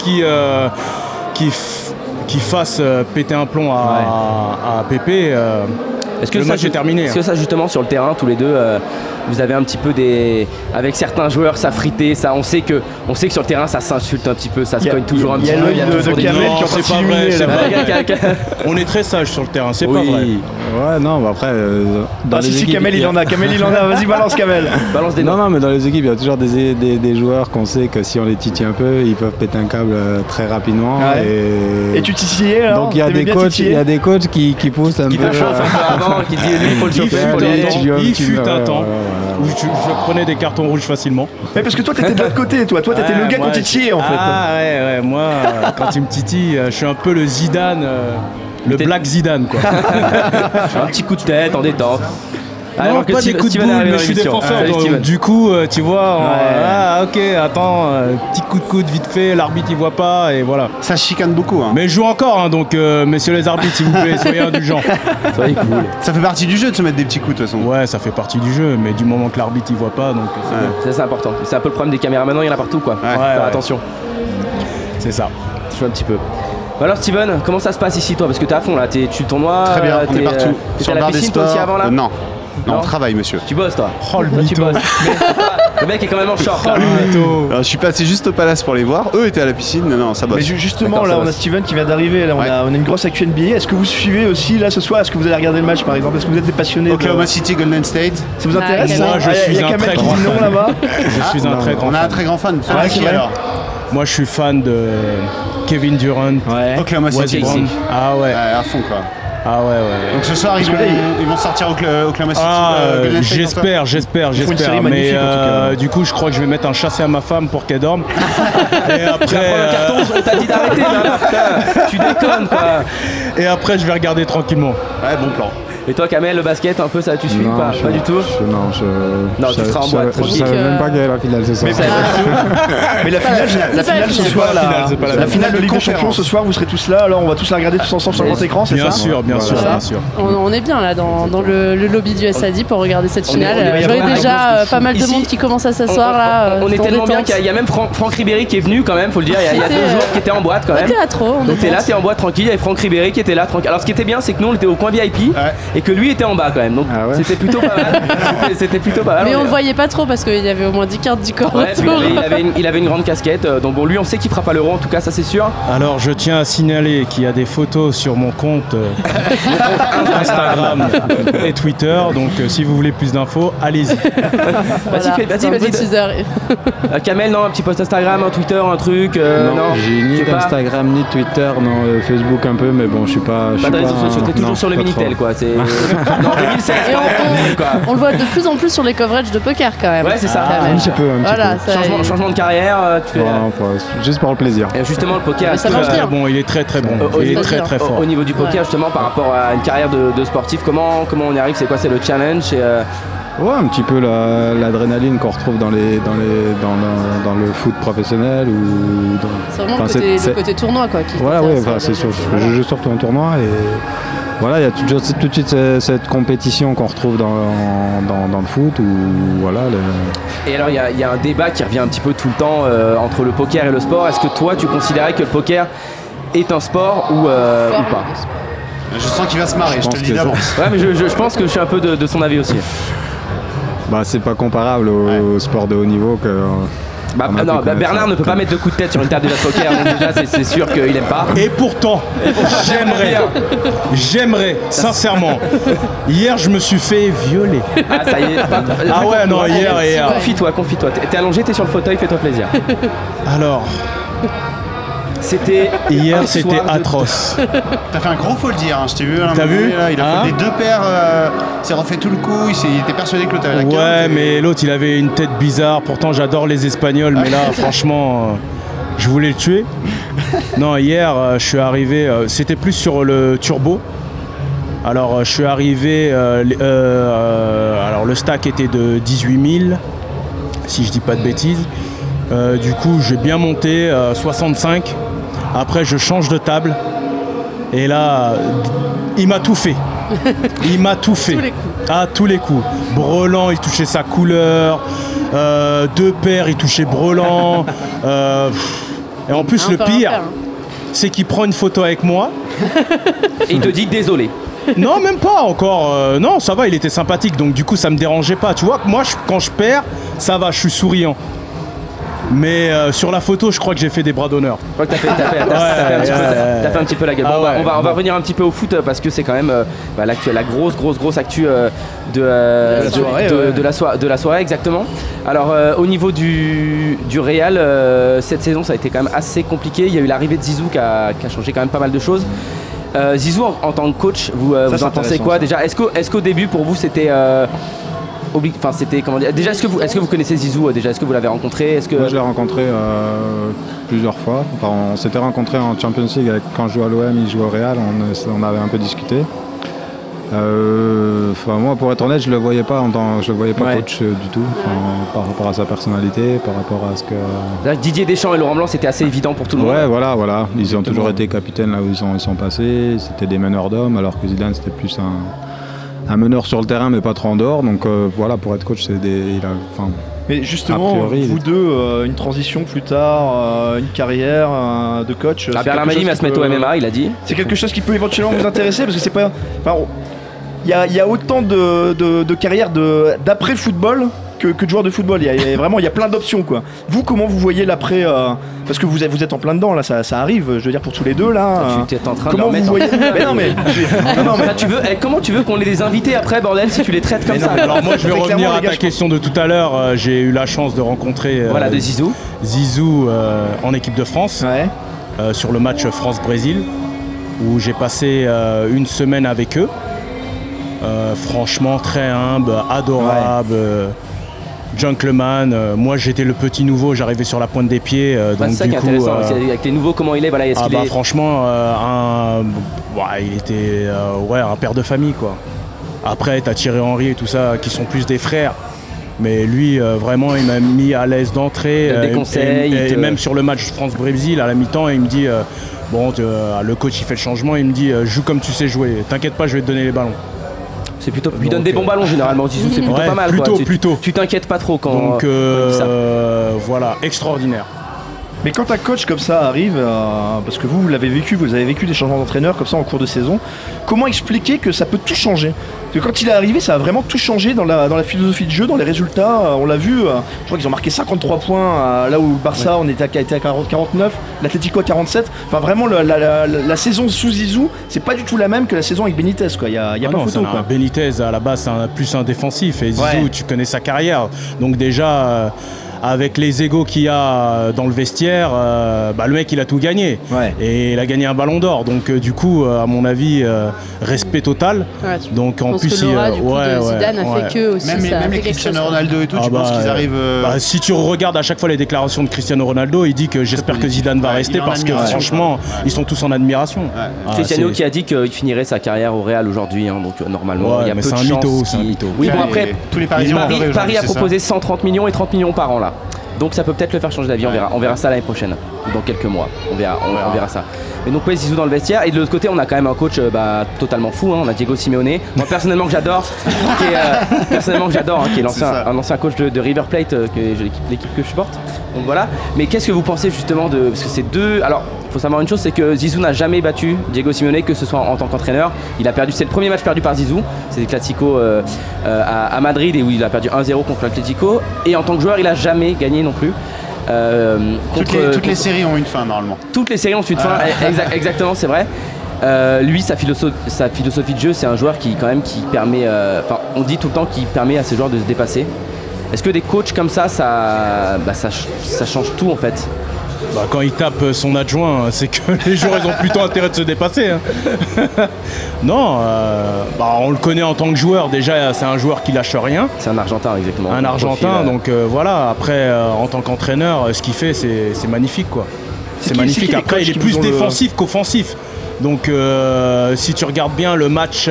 qu'il fasse péter un plomb à Pepe, Est-ce que le match est terminé. Est-ce que ça justement sur le terrain tous les deux vous avez un petit peu avec certains joueurs ça fritait, ça on sait que sur le terrain ça s'insulte un petit peu, ça se cogne toujours un petit peu. Il y a l'œil de toujours des- Kamel Non, qui est en train de c'est pas vrai, s'illuminer, c'est là. pas vrai. On est très sage sur le terrain, c'est pas vrai. Ouais, non, bah après. Dans Ah les si, équipes, Kamel il y il a- en a, vas-y balance Kamel. Balance des noms. Non, mais dans les équipes, il y a toujours des joueurs qu'on sait que si on les titille un peu, ils peuvent péter un câble très rapidement. Ouais. Et tu titillais alors? Donc il y a T'aimais des bien coachs, titiller il y a des coachs qui poussent un Qui peu. te chauffe un peu avant, qui dit lui il faut le chauffer, il faut le Il fut un temps Ouais. où je prenais des cartons rouges facilement. Mais parce que toi t'étais de l'autre côté, toi t'étais le gars qu'on titillait en fait. Ah ouais, moi, quand il me titille, je suis un peu le Zidane, le T'es- Black Zidane quoi. un petit coup de tête en détente. Non, Alors que pas des coups de Steven boule, arrive mais dans je suis l'émission. défenseur. Salut, Donc, Steven. du coup, tu vois, ok, attends, petit coup de coude vite fait, l'arbitre il voit pas et voilà. Ça chicane beaucoup. Hein. Mais je joue encore, hein, donc messieurs les arbitres, s'il vous plaît, soyez indulgents. Soyez cool. Ça fait partie du jeu de se mettre des petits coups de toute façon. Ouais, ça fait partie du jeu, mais du moment que l'arbitre il voit pas, donc c'est Ouais. bon. Ça, c'est important. C'est un peu le problème des caméras maintenant, il y en a partout quoi. Ouais. Faut faire Ouais. attention. C'est ça. Je joue un petit peu. Alors Steven, comment ça se passe ici toi? Parce que t'es à fond là, tu tournoies. Très bien, on est partout. T'étais Sur à le la bar des piscine toi aussi sports. avant là? Non. Non, Non. on travaille, monsieur. Tu bosses toi? Oh le Toi, tu mytho. bosses. Le mec est quand même en short là. Alors, je suis passé juste au palace pour les voir. Eux étaient à la piscine. Non, ça bosse. Mais justement D'accord, là ça on va. a Steven qui vient d'arriver, là Ouais. on a une grosse actu NBA. Est-ce que vous suivez aussi là ce soir? Est-ce que vous allez regarder le match par exemple? Est-ce que vous êtes des passionnés de... Oklahoma City, Golden State. Ça vous intéresse Ah, ça? moi, je Ah, suis y a un Kamel très qui grand dit non fan. là-bas. Je suis un très grand On a un fan. très grand fan. Ah, Qui c'est vrai. alors? Moi, je suis fan de Kevin Durant, Ouais. Oklahoma City. Westbrook. Ah ouais, Ouais, à fond quoi. ah ouais. Donc ce soir, ils vont sortir Oklahoma City. Golden State, J'espère. font une série Mais magnifique, en tout cas. du coup, je crois que je vais mettre un chassé à ma femme pour qu'elle dorme. Et après, Tu vas prendre un carton, on t'a dit d'arrêter là, putain, tu déconnes quoi. et après, je vais regarder tranquillement. Ouais, bon plan. Et toi Kamel, le basket un peu ça tu suis Non, pas? Pas du tout? Non, tu seras en boîte, Je tranquille. savais même pas qu'il y avait la finale ce soir. Mais la finale, C'est pas la ce finale. soir, C'est pas la finale, c'est pas la la finale. finale de Ligue des Champions ce soir, vous serez tous là, alors on va tous la regarder tous ensemble sur le grand écran, c'est Bien ça? sûr. On est bien là dans le lobby du SAD pour regarder cette On est- finale. on est- Je vois avec déjà nous, pas mal de ici, monde qui commence à s'asseoir là. On est en tellement bien détente. qu'il y a même Franck Ribéry qui est venu quand même, faut le dire. Il y a 2 C'était, jours qui était en boîte quand Ouais, même. t'es là trop. en Donc t'es détente. là, t'es en boîte tranquille, il y avait Franck Ribéry qui était là tranquille. Alors ce qui était bien, c'est que nous on était au coin VIP et que lui était en bas quand même. Donc Ah ouais. c'était plutôt pas mal. C'était plutôt pas mal. Mais on le voyait pas trop parce qu'il y avait au moins 10 cartes du corps Ouais, puis autour. il avait une grande casquette. Donc bon, lui on sait qu'il fera pas l'euro en tout cas, ça c'est sûr. Alors, je tiens à signaler qu'il y a des photos sur mon compte Instagram et Twitter. Donc, si vous voulez plus d'infos, allez-y. Vas-y, C'est un beau vas-y. teaser. Kamel, non, un petit post Instagram, un Twitter, un truc. Non, J'ai ni c'est pas- d'Instagram ni de Twitter, non, Facebook un peu, mais bon, je suis pas. Pas de réseaux sociaux, t'es toujours sur le Minitel quoi. C'est Ouais, Non, 2016 Et quand même, quoi. on le voit de plus en plus sur les coverages de poker quand même. Ouais, c'est ça. Quand même. Un petit peu. Voilà, ça, Changement de carrière, tu fais. Juste pour le plaisir. Et justement, le poker. Mais ça est-ce que, marche bien. Bon, il est très très bon. Au Il est niveau- très très fort. Au niveau du poker, Ouais. justement, par rapport à une carrière de sportif, comment on y arrive? C'est quoi? C'est le challenge? Ouais, un petit peu l'adrénaline qu'on retrouve dans le foot professionnel ou dans. C'est vraiment Enfin, le côté tournoi quoi. Qui Voilà, t'intéresse, ouais, enfin, c'est sûr. voilà. Je joue surtout en tournoi et voilà, il y a tout de suite cette compétition qu'on retrouve dans le foot où voilà. Et alors, il y a un débat qui revient un petit peu tout le temps entre le poker et le sport. Est-ce que toi, tu considérais que le poker est un sport ou pas? Je sens qu'il va se marrer, je te le dis d'avance. Ouais, mais je pense que je suis un peu de son avis aussi. Bah, c'est pas comparable au sport de haut niveau que. Bernard ne peut pas mettre de coup de tête sur une table de poker, donc déjà c'est sûr qu'il aime pas. Et pourtant, j'aimerais, sincèrement. Hier, je me suis fait violer. Ah, ça y est. Ah ouais, non, hier. Confie-toi. T'es allongé, t'es sur le fauteuil, fais-toi plaisir. Alors, C'était hier, un c'était soir de- atroce. T'as fait un gros faut le dire, hein. Je t'ai vu. à un T'as moment vu donné, là, il a Hein fait des deux paires, il s'est refait tout le coup, il était persuadé que l'autre avait la quinte. Ouais, mais l'autre, il avait une tête bizarre. Pourtant, j'adore les Espagnols, mais là, franchement, je voulais le tuer. Non, hier, je suis arrivé. C'était plus sur le turbo. Alors, je suis arrivé. Alors, le stack était de 18 000, si je dis pas de bêtises. Du coup, j'ai bien monté 65. Après, je change de table. Et là, il m'a tout fait. Il m'a tout fait. Tous les coups. Ah, tous les coups. Brelan, il touchait sa couleur. Deux paires, il touchait Brelan. Et en plus, le Encore un pire, paire, hein. c'est qu'il prend une photo avec moi. Et il te dit désolé. Non, même pas encore. Non, ça va, il était sympathique. Donc, du coup, ça me dérangeait pas. Tu vois, moi, quand je perds, ça va, je suis souriant. Mais sur la photo, je crois que j'ai fait des bras d'honneur. Je crois que t'as fait un petit peu la gueule. Bon, on va revenir un petit peu au foot parce que c'est quand même la grosse actu de la soirée, exactement. Alors au niveau du Real, cette saison ça a été quand même assez compliqué. Il y a eu l'arrivée de Zizou qui a changé quand même pas mal de choses. Zizou en tant que coach, vous en pensez quoi déjà? Est-ce qu'au début pour vous c'était c'était comment dire? Déjà est-ce que vous connaissez Zizou déjà? Est-ce que vous l'avez rencontré? Moi, je l'ai rencontré plusieurs fois. Enfin, on s'était rencontrés en Champions League quand je jouais à l'OM, il jouait au Real. On avait un peu discuté. Moi, pour être honnête, je le voyais pas coach du tout. Par rapport à sa personnalité, par rapport à ce que. Didier Deschamps et Laurent Blanc, c'était assez évident pour tout le monde. Ouais, voilà. Ils ont toujours été capitaines là où ils sont passés. C'était des meneurs d'hommes, alors que Zidane c'était plus un meneur sur le terrain, mais pas trop en dehors. Donc voilà, pour être coach, Mais justement, a priori, vous deux, une transition plus tard, une carrière de coach. c'est Bernard quelque Mani chose va qui se mettre peut- au MMA, il a dit. C'est quelque chose qui peut éventuellement vous intéresser parce que c'est pas. Enfin, il y a autant de carrières d'après-football que de joueurs de football. Il y a plein d'options quoi. Vous, comment vous voyez l'après parce que vous êtes en plein dedans là, ça arrive. Je veux dire pour tous les deux là. Tu es en train Comment de vous leur mettre. voyez Mais non mais. Comment tu veux qu'on ait des invités après, bordel, si tu les traites comme ça? Alors moi je vais C'est revenir clairement, à les gars, ta je question de tout à l'heure. J'ai eu la chance de rencontrer de Zizou. Zizou en équipe de France Ouais. sur le match France-Brésil où j'ai passé une semaine avec eux. Franchement très humble, adorable, gentleman. Moi j'étais le petit nouveau, j'arrivais sur la pointe des pieds. C'est ça qui est intéressant. Avec les nouveaux, comment il est, voilà, est-ce qu'il est. Franchement, il était un père de famille quoi. Après t'as Thierry Henry et tout ça qui sont plus des frères. Mais lui, vraiment, il m'a mis à l'aise d'entrée. Il donne des conseils, Et même sur le match France-Brésil, à la mi-temps, il me dit le coach il fait le changement, il me dit joue comme tu sais jouer. T'inquiète pas, je vais te donner les ballons. C'est plutôt. Il donne des bons ballons généralement, Zizou, c'est plutôt pas mal. Plutôt. Tu t'inquiètes pas trop quand. Donc quand il dit ça. voilà, extraordinaire. Mais quand un coach comme ça arrive, parce que vous l'avez vécu, vous avez vécu des changements d'entraîneur comme ça en cours de saison, comment expliquer que ça peut tout changer? Parce que quand il est arrivé, ça a vraiment tout changé dans la philosophie de jeu, dans les résultats. On l'a vu, je crois qu'ils ont marqué 53 points là où le Barça on était à 49, l'Atlético à 47. Enfin vraiment la saison sous Zizou, c'est pas du tout la même que la saison avec Benitez quoi. Il y a pas photo quoi. Benitez à la base c'est plus un défensif et Zizou tu connais sa carrière. Donc déjà avec les égos qu'il y a dans le vestiaire, le mec il a tout gagné. Ouais. Et il a gagné un ballon d'or. Donc du coup, à mon avis, respect total. Ouais, Donc en plus, que l'aura, du coup, de Zidane a fait que aussi. Même les Cristiano Ronaldo et tout, tu penses qu'ils arrivent. Si tu regardes à chaque fois les déclarations de Cristiano Ronaldo, il dit que j'espère que Zidane va rester parce que franchement, ils sont tous en admiration. Cristiano qui a dit qu'il finirait sa carrière au Real aujourd'hui, hein, donc normalement il y a peu de chances. C'est un mytho. Oui, bon après, tous les Parisiens Paris a proposé 130 millions et 30 millions par an là. Donc ça peut peut-être le faire changer d'avis, on verra ça l'année prochaine, dans quelques mois, on verra ça. Mais donc ouais, Zizou dans le vestiaire, et de l'autre côté on a quand même un coach totalement fou, hein. On a Diego Simeone, moi personnellement que j'adore, qui est un ancien coach de River Plate, l'équipe que je supporte. Donc voilà, mais qu'est-ce que vous pensez justement de... Parce que c'est deux... Alors, il faut savoir une chose, c'est que Zizou n'a jamais battu Diego Simeone, que ce soit en tant qu'entraîneur. Il a perdu, c'est le premier match perdu par Zizou, c'est le Classico à Madrid, et où il a perdu 1-0 contre l'Atlético. Et en tant que joueur, il a jamais gagné non plus. Toutes les séries ont une fin normalement. Toutes les séries ont une fin, exactement, c'est vrai. Lui, sa philosophie de jeu, c'est un joueur qui permet, on dit tout le temps qu'il permet à ses joueurs de se dépasser. Est-ce que des coachs comme ça change tout en fait? Quand il tape son adjoint, c'est que les joueurs ils ont plutôt intérêt de se dépasser. Hein. Non, on le connaît en tant que joueur. Déjà, c'est un joueur qui lâche rien. C'est un Argentin, exactement. Un Argentin, donc voilà. Après, en tant qu'entraîneur, ce qu'il fait, c'est magnifique, quoi. C'est magnifique. Après, il est plus défensif qu'offensif. Donc, si tu regardes bien le match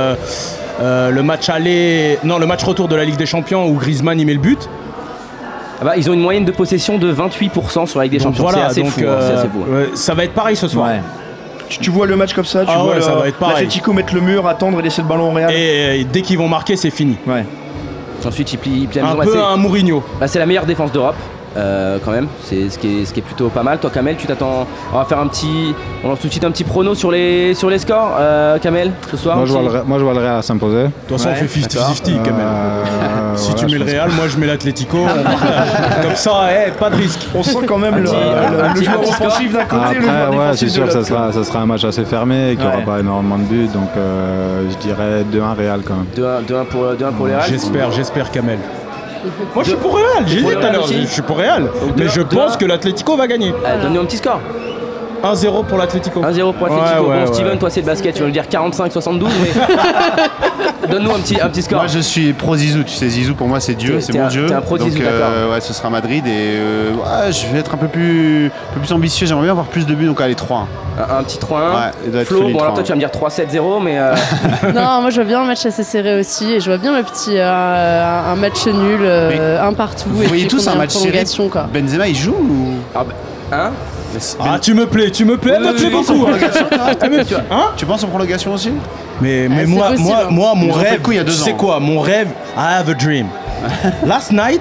retour de la Ligue des Champions où Griezmann y met le but. Ils ont une moyenne de possession de 28% sur la Ligue des Champions. Voilà, c'est assez fou. Ça va être pareil ce soir. Ouais. Tu vois le match comme ça, tu vois ça va être pareil. l'Atlético mettre le mur, attendre et laisser le ballon au Real. Et dès qu'ils vont marquer, c'est fini. Ouais. Ensuite, il plie un peu un Mourinho. C'est la meilleure défense d'Europe. Quand même, c'est ce qui est plutôt pas mal. Toi, Kamel, tu t'attends. On lance tout de suite un petit prono sur les scores, Kamel, ce soir. Moi, je vois le Real s'imposer. De toute façon, on fait 50-50, Kamel. Si tu mets le Real, moi je mets l'Atlético. Comme ça, pas de risque. On sent quand même le joueur offensif d'un côté, le joueur défensif c'est sûr de que l'autre. ça sera un match assez fermé et qu'il n'y aura pas énormément de buts. Donc, je dirais 2-1 Real quand même. 2-1 pour les Real. J'espère, Kamel. Moi je suis pour Real, j'ai dit tout à l'heure, je suis pour Real, mais je pense que l'Atlético va gagner. Donne-nous un petit score. 1-0 pour l'Atlético. 1-0 pour l'Atlético. Steven, toi c'est le basket, tu veux le dire 45-72, mais donne-nous un petit score. Moi je suis pro Zizou, tu sais, Zizou pour moi c'est Dieu, c'est mon Dieu. T'es un pro Zizou, d'accord. Ce sera Madrid et je vais être un peu plus ambitieux, j'aimerais bien avoir plus de buts, donc allez 3-1. Un petit 3-1. Ouais, Flo, bon alors toi tu vas me dire 3-7-0, mais... Non, moi je vois bien un match assez serré aussi, et je vois bien le petit un match nul, un partout. Vous voyez tous un match serré, quoi. Benzema il joue ou... Hein? Tu me plais beaucoup. Tu penses en prolongation aussi? Mais moi mon rêve, il y a 2 ans. c'est quoi mon rêve? I have a dream. Last night,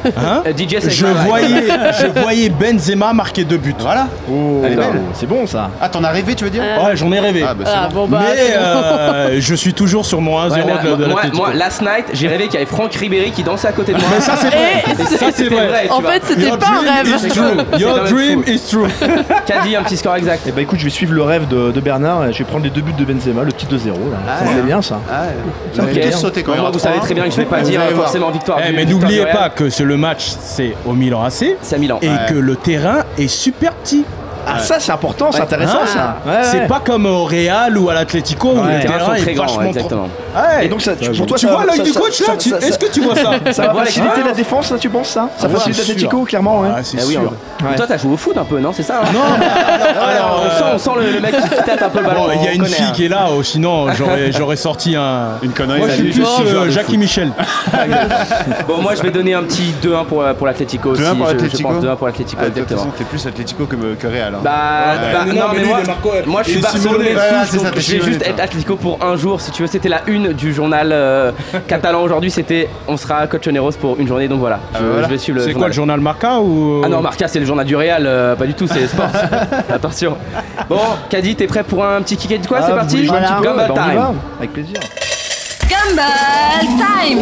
je voyais Benzema marquer 2 buts. Voilà. Elle est belle. C'est bon ça. Ah, t'en as rêvé, tu veux dire? Ouais, j'en ai rêvé. Mais je suis toujours sur mon 1-0 de l'Atlético. Moi, last night, j'ai rêvé qu'il y avait Franck Ribéry qui dansait à côté de moi. Mais ça c'est vrai. Ça c'est vrai. En fait, c'était pas un rêve. Your dream is true. Qu'a dit un petit score exact? Écoute, je vais suivre le rêve de Bernard. Je vais prendre les 2 buts de Benzema, le petit 2-0. Ça me plaît bien ça. Ça va tous sauter quand même. Moi, vous savez très bien que je vais pas dire forcément victoire. Mais n'oubliez pas que le match c'est au Milan AC. C'est à Milan. Et que le terrain est super petit. Ah ça c'est important, c'est intéressant ça. C'est pas comme au Real ou à l'Atlético où le terrain est très grand, vachement exactement. Et donc ça, pour toi, tu vois l'œil du coach là? Est-ce que tu vois ça? Ça va faciliter la défense, tu penses ça? Ça facilite l'Atlético clairement, ouais. C'est sûr. Toi t'as joué au foot un peu, non? C'est ça? Non. On sent le mec qui tape un peu le ballon. Il y a une fille qui est là, sinon j'aurais sorti une connerie. Moi je suis plus Jackie Michel. Bon, moi je vais donner un petit 2-1 pour l'Atlético aussi. 2-1 pour l'Atlético. 2-1 pour l'Atlético, exactement. T'es plus Atlético que Real. Non, mais moi je suis barcelonais, donc je vais juste être Atlético pour un jour. Si tu veux, c'était la une du journal catalan aujourd'hui. C'était on sera Colchoneros pour une journée, donc voilà. Je vais suivre le. C'est quoi le journal Marca ou? Ah non, Marca c'est le journal du Real, pas du tout, c'est Sport. Attention. Bon, Caddy, t'es prêt pour un petit kick de quoi? C'est parti. Gumball time. Avec plaisir. Gumball time.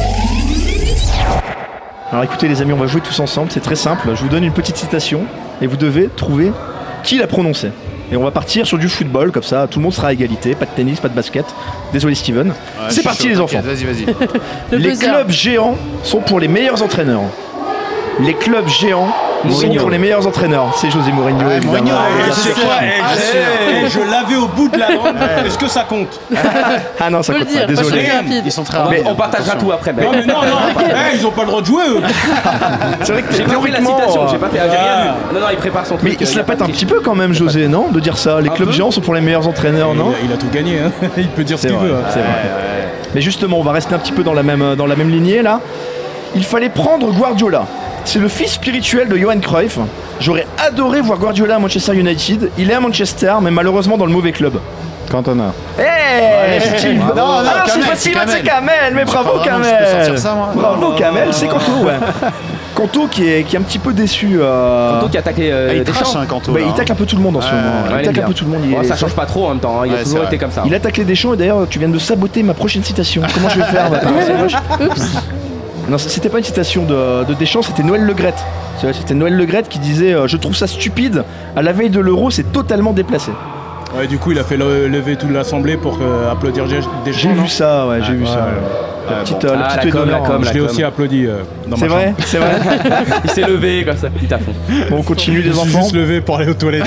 Alors écoutez les amis, on va jouer tous ensemble, c'est très simple. Je vous donne une petite citation et vous devez trouver qui l'a prononcée. Et on va partir sur du football, comme ça tout le monde sera à égalité, pas de tennis, pas de basket. Désolé Steven. C'est parti les enfants. Vas-y. Les clubs géants sont pour les meilleurs entraîneurs. les clubs géants sont pour les meilleurs entraîneurs. C'est José Mourinho. Mourinho, je l'avais au bout de la langue. Est-ce que ça compte? Ah non, ça compte pas. Désolé. Ils sont très On partagera tout après. Non, mais non. Ils ont pas le droit de jouer, eux. C'est vrai que J'ai pas fait la citation, j'ai pas fait. J'ai rien vu. Non, il prépare son truc. Mais il se la pète un petit peu quand même, José, non? De dire ça. Les clubs géants sont pour les meilleurs entraîneurs, non? Il a tout gagné, hein. Il peut dire ce qu'il veut. C'est vrai. Mais justement, on va rester un petit peu dans la même lignée là. Il fallait prendre Guardiola. C'est le fils spirituel de Johan Cruyff. J'aurais adoré voir Guardiola à Manchester United. Il est à Manchester, mais malheureusement dans le mauvais club. Cantona. Steve. Non, c'est pas Steven, c'est Kamel. Mais bravo Kamel. Je peux sortir ça, moi. Bravo Kamel, c'est Kanto, ouais. Kanto qui est un petit peu déçu. Kanto qui a attaqué il Deschamps. trash, Kanto. Il tacle un peu tout le monde en ce moment. Il tacle un peu tout le monde. Ça change pas trop en même temps. Il a toujours été comme ça. Il attaque les Deschamps et d'ailleurs tu viens de saboter ma prochaine citation. Comment je vais faire? Non, c'était pas une citation de Deschamps, c'était Noël Le Graët. C'était Noël Le Graët qui disait je trouve ça stupide, à la veille de l'Euro c'est totalement déplacé. Ouais, du coup il a fait lever toute l'assemblée pour applaudir Deschamps. J'ai vu ça, j'ai vu ça. La petite je l'ai aussi applaudi dans ma chambre. C'est vrai. Il s'est levé comme ça, tout à fond. Bon, on continue les enfants. Je suis juste levé pour aller aux toilettes.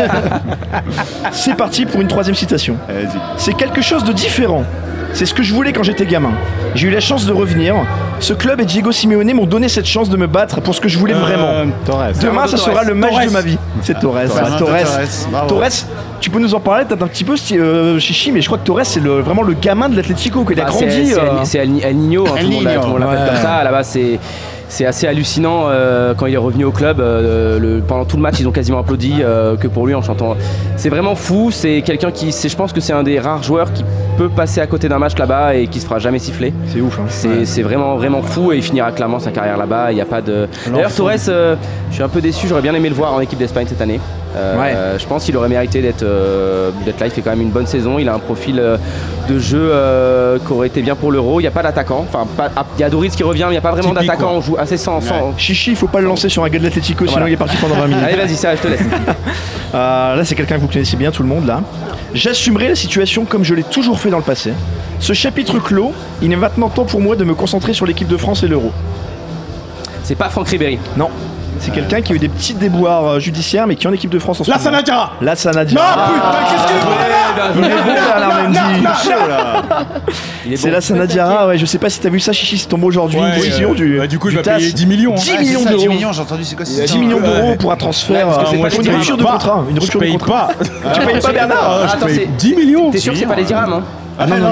C'est parti pour une troisième citation. C'est quelque chose de différent. C'est ce que je voulais quand j'étais gamin. J'ai eu la chance de revenir. Ce club et Diego Simeone m'ont donné cette chance de me battre pour ce que je voulais vraiment. Demain, ça sera le match de ma vie. C'est Torres. Torres, tu peux nous en parler peut-être un petit peu, Chichi, mais je crois que Torres, c'est vraiment le gamin de l'Atlético, qu'il a grandi. C'est El Niño, tout le monde l'appelle comme ça. Là-bas, c'est assez hallucinant quand il est revenu au club. Pendant tout le match, ils ont quasiment applaudi que pour lui en chantant. C'est vraiment fou. C'est quelqu'un je pense que c'est un des rares joueurs qui peut passer à côté d'un match là-bas et qui se fera jamais siffler. C'est ouf. Hein. C'est vraiment fou et il finira clairement sa carrière là-bas. Il y a pas de. D'ailleurs, Torres, je suis un peu déçu. J'aurais bien aimé le voir en équipe d'Espagne cette année. Je pense qu'il aurait mérité d'être là. Il fait quand même une bonne saison. Il a un profil de jeu qui aurait été bien pour l'Euro. Il n'y a pas d'attaquant. Enfin, il y a Doris qui revient, mais il n'y a pas vraiment d'attaquant. On joue assez sans. Chichi, il faut pas le lancer sur un gars de l'Atlético, sinon il est parti pendant 20 minutes. Allez, vas-y, ça, je te laisse. Là, c'est quelqu'un que vous connaissez bien, tout le monde là. J'assumerai la situation comme je l'ai toujours fait dans le passé. Ce chapitre clos, il est maintenant temps pour moi de me concentrer sur l'équipe de France et l'Euro. C'est pas Franck Ribéry. Non. C'est quelqu'un qui a eu des petits déboires judiciaires, mais qui est en équipe de France en ce moment. Lassana Diarra. Non, putain, qu'est-ce que il est bon, Bernard Mendy. C'est Lassana Diarra, ouais. Je sais pas si t'as vu ça, Chichi, c'est tombé aujourd'hui. Une décision du coup, je vais payer 10 millions. 10 millions d'euros. 10 millions, j'ai entendu, c'est quoi 10 millions d'euros pour un transfert, pour une rupture de contrat. Une rupture de contrat. Tu payes pas, Bernard? Attends, c'est 10 millions. T'es sûr que c'est pas des dirhams, hein? Ah non,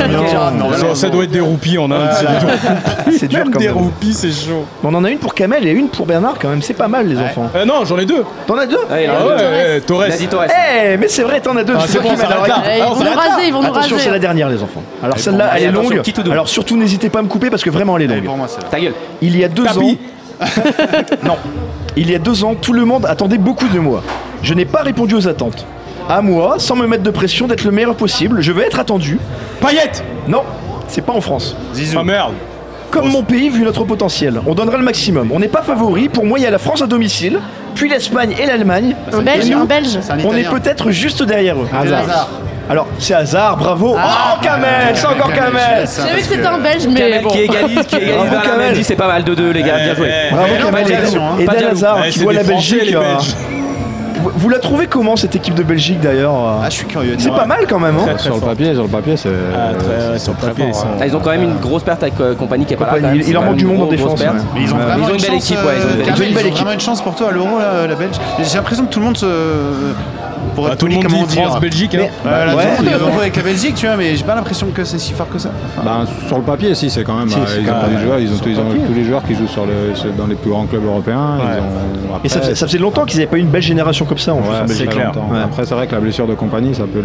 Ça doit être des roupies en Inde. C'est dur même quand des même. roupies, c'est chaud. On en a une pour Kamel et une pour Bernard quand même, c'est pas mal les enfants. Non, j'en ai deux. T'en as deux? Torres. Il a dit Torres. Mais c'est vrai, t'en as deux. C'est bon, ça arrête là. Ils vont nous raser, ils vont nous raser. Attention, c'est la dernière les enfants. Alors celle-là, elle est longue. Alors surtout n'hésitez pas à me couper parce que vraiment elle est longue. Ta gueule. Il y a 2 ans. Non. Il y a 2 ans, tout le monde attendait beaucoup de moi. Je n'ai pas répondu aux attentes. À moi, sans me mettre de pression, d'être le meilleur possible. Je vais être attendu. Payet. Non, c'est pas en France. Zizou. Ah merde. Comme mon pays, vu notre potentiel, on donnera le maximum. On n'est pas favori. Pour moi, il y a la France à domicile, puis l'Espagne et l'Allemagne. Un Belge, un Belge. On est peut-être juste derrière eux. Hazard. Alors, c'est Hazard, bravo. Oh, Kamel, c'est encore Kamel. Je savais que c'était un Belge, mais Kamel bon. qui égalise Bernard Mendy, c'est pas mal. 2-2, les gars, bien joué. Bravo Kamel. Et Dan Hazard, qui voit la Belgique. Vous la trouvez comment cette équipe de Belgique d'ailleurs? Je suis curieux. C'est pas mal quand même, hein? Sur le papier, c'est. Sur le papier, Ils ont quand même une grosse perte avec Compagnie qui est pas là. Il leur manque du monde en défense. Mais ils ont vraiment une belle équipe, ils ont vraiment une chance pour toi à l'Euro, la Belge. J'ai l'impression que tout le monde se. Pour être tout le poli, monde comment dit dire. France-Belgique. Tout le monde est heureux avec la Belgique, tu vois, mais j'ai pas l'impression que c'est si fort que ça. Sur le papier, si, c'est quand même. Ils ont des joueurs, ils ont tous les joueurs qui jouent dans les plus grands clubs européens. Et ça faisait longtemps qu'ils n'avaient pas eu une belle génération comme ça en plus. C'est clair. Après, c'est vrai que la blessure de Compagnie, ça peut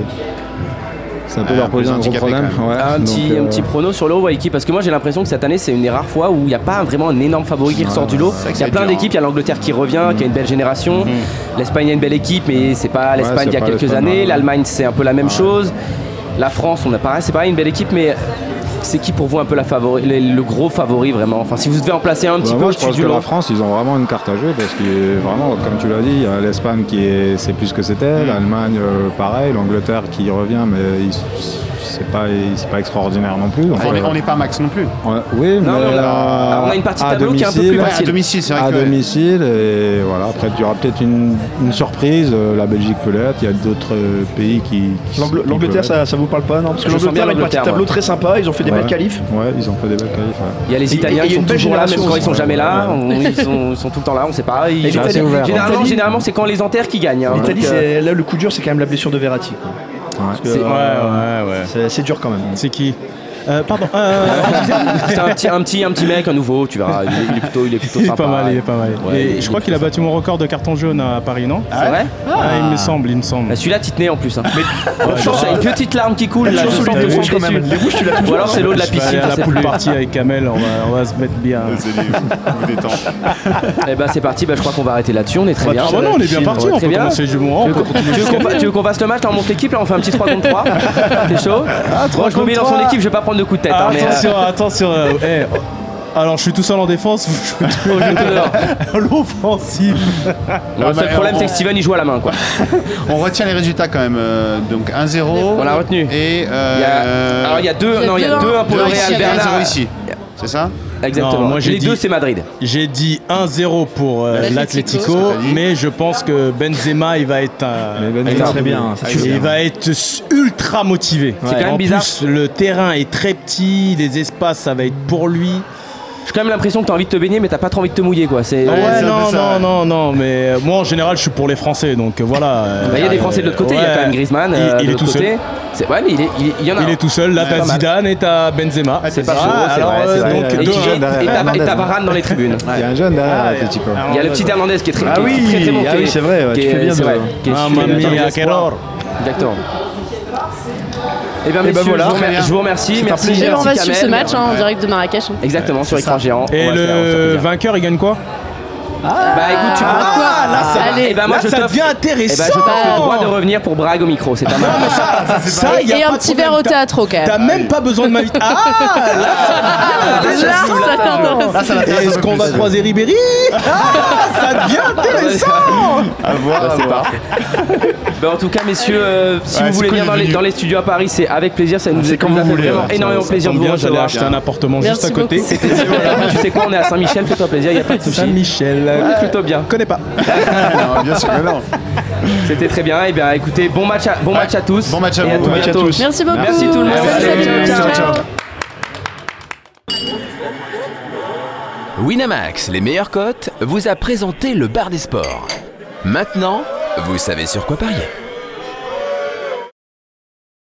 leur poser un gros problème. Un petit prono sur l'Euro équipe, parce que moi j'ai l'impression que cette année c'est une des rares fois où il n'y a pas vraiment un énorme favori qui ressort du lot. Il y a plein d'équipes, il y a l'Angleterre qui revient, qui a une belle génération. L'Espagne a une belle équipe, mais c'est pas l'Espagne il y a quelques années. L'Allemagne c'est un peu la même chose. La France, c'est pareil, une belle équipe, mais c'est qui pour vous un peu le gros favori vraiment? Enfin, si vous devez en placer un petit peu au-dessus du lot. La France, ils ont vraiment une carte à jouer parce que vraiment, comme tu l'as dit, l'Espagne c'est plus ce que c'était, l'Allemagne pareil, l'Angleterre qui revient, mais c'est pas extraordinaire non plus. Enfin, on n'est pas max non plus. Oui, Non, mais mais on a une partie tableau qui est un peu plus Ouais, facile. à domicile, c'est vrai à que domicile, et voilà. Après, il y aura peut-être une surprise. La Belgique peut l'être. Il y a d'autres pays qui L'Angleterre, ça vous parle pas, non? Parce que Je sens bien l'Angleterre a une partie l'Angleterre, tableau moi. très sympa, ils ont fait des belles qualifs. Ouais, ils ont fait des belles qualifs. Ouais. Il y a les Italiens et qui une sont belle toujours là, même génération quand ils sont aussi. jamais là. Ouais. Ils sont tout le temps là, on sait pas. Et C'est assez ouvert. Généralement, c'est quand les enterrent qui gagnent. hein. L'Italie, Donc, là, le coup dur, c'est quand même la blessure de Verratti, quoi. Parce que, c'est dur quand même. C'est qui Pardon. c'est un petit mec, un nouveau, tu verras. Il est plutôt Il est sympa. pas mal, il est pas mal. Ouais, Et je crois qu'il a battu mon record de carton jaune à Paris, non? C'est vrai? Il me semble. Bah, celui-là, t'y tenais en plus. Hein. J'ai une petite larme qui coule là. Je sens que les je rouges, suis quand même. déçu. Les rouges, tu l'as toujours. Ou alors c'est l'eau de la Je vais piscine. aller à ça, la c'est pool plus. party avec Kamel, on va se mettre bien. vous détendre. Eh ben c'est parti, je crois qu'on va arrêter là-dessus, on est très bien. Ah bah non, on est bien parti, on Très peut bien. commencer le jeu mourant. Tu veux qu'on fasse le match, là on monte l'équipe, là on fait un petit 3 contre 3. T'es chaud? Moi je me mets dans son équipe, je vais pas prendre de coup de tête. hein, mais, Attention. Alors je suis tout seul en défense, vous jouez l'offensive. le seul problème c'est que Steven il joue à la main quoi. On retient les résultats quand même. Donc 1-0. On l'a retenu. Et Alors il y a 2-1 pour le Real Bernard. 1-0 ici. C'est ça? Exactement. Non, moi, j'ai les dit- deux c'est Madrid. J'ai dit 1-0 pour l'Atlético, mais je pense que Benzema il va être très bien. il va être ultra motivé. C'est quand même En bizarre. plus, le terrain est très petit, les espaces ça va être pour lui. J'ai quand même l'impression que t'as envie de te baigner mais t'as pas trop envie de te mouiller quoi. C'est. Non, mais moi en général je suis pour les Français, donc voilà. Il y a des Français de l'autre côté, il y a quand même Griezmann. Il de est l'autre tout seul. côté. Ouais mais il y en a. Il est tout seul, là Pas t'as mal. Zidane et t'as Benzema. C'est pas Ah, chaud, c'est alors, vrai, c'est vrai. donc, Et deux- t'as Varane dans les tribunes. Il y a un jeune derrière l'Atlético. Il y a le petit Hernandez qui est très Ah oui, très monté. ah oui, c'est vrai, ouais, qui tu est- fais bien c'est de- vrai, qui est Mamma titulaire mia, dans che l'espoir. error. Exactement. Et bien ben messieurs, voilà, je vous remercie. Merci. Et on va merci suivre ce Kamel. match en direct de Marrakech. Exactement, sur écran géant. Et On va se faire le plaisir. vainqueur il gagne quoi? Bah écoute, tu prends quoi? Allez, Et ben moi là, je ça t'offre. devient Et intéressant. ben je t'offre le droit de revenir pour Brague au micro, c'est pas mal. Ça, y a et pas un de petit problème. verre au théâtre quand T'as même. même pas besoin de m'inviter. Là, ça t'intéresse. Est-ce qu'on va croiser Ribéry? Ça devient intéressant. À voir, à voir. Ben, en tout cas, messieurs, si Ouais, vous voulez c'est venir cool, dans les studios à Paris, c'est avec plaisir. Ça nous c'est a comme fait vous voulez, vraiment ouais. énormément plaisir de vous Bien, j'allais recevoir. acheter un appartement juste Merci à côté. beaucoup. Tu sais quoi, on est à Saint-Michel, fais-toi plaisir, il n'y a pas de soucis. Saint-Michel. On est plutôt bien. Je connais pas. Non, bien sûr que non. C'était très bien. Et bien écoutez, bon match à tous. Bon match à et vous. tout Bon match à bientôt. tous. Merci beaucoup. Merci tout le monde. Salut, Ciao, ciao. Winamax, les meilleures cotes, vous a présenté le bar des sports. Maintenant, vous savez sur quoi parier.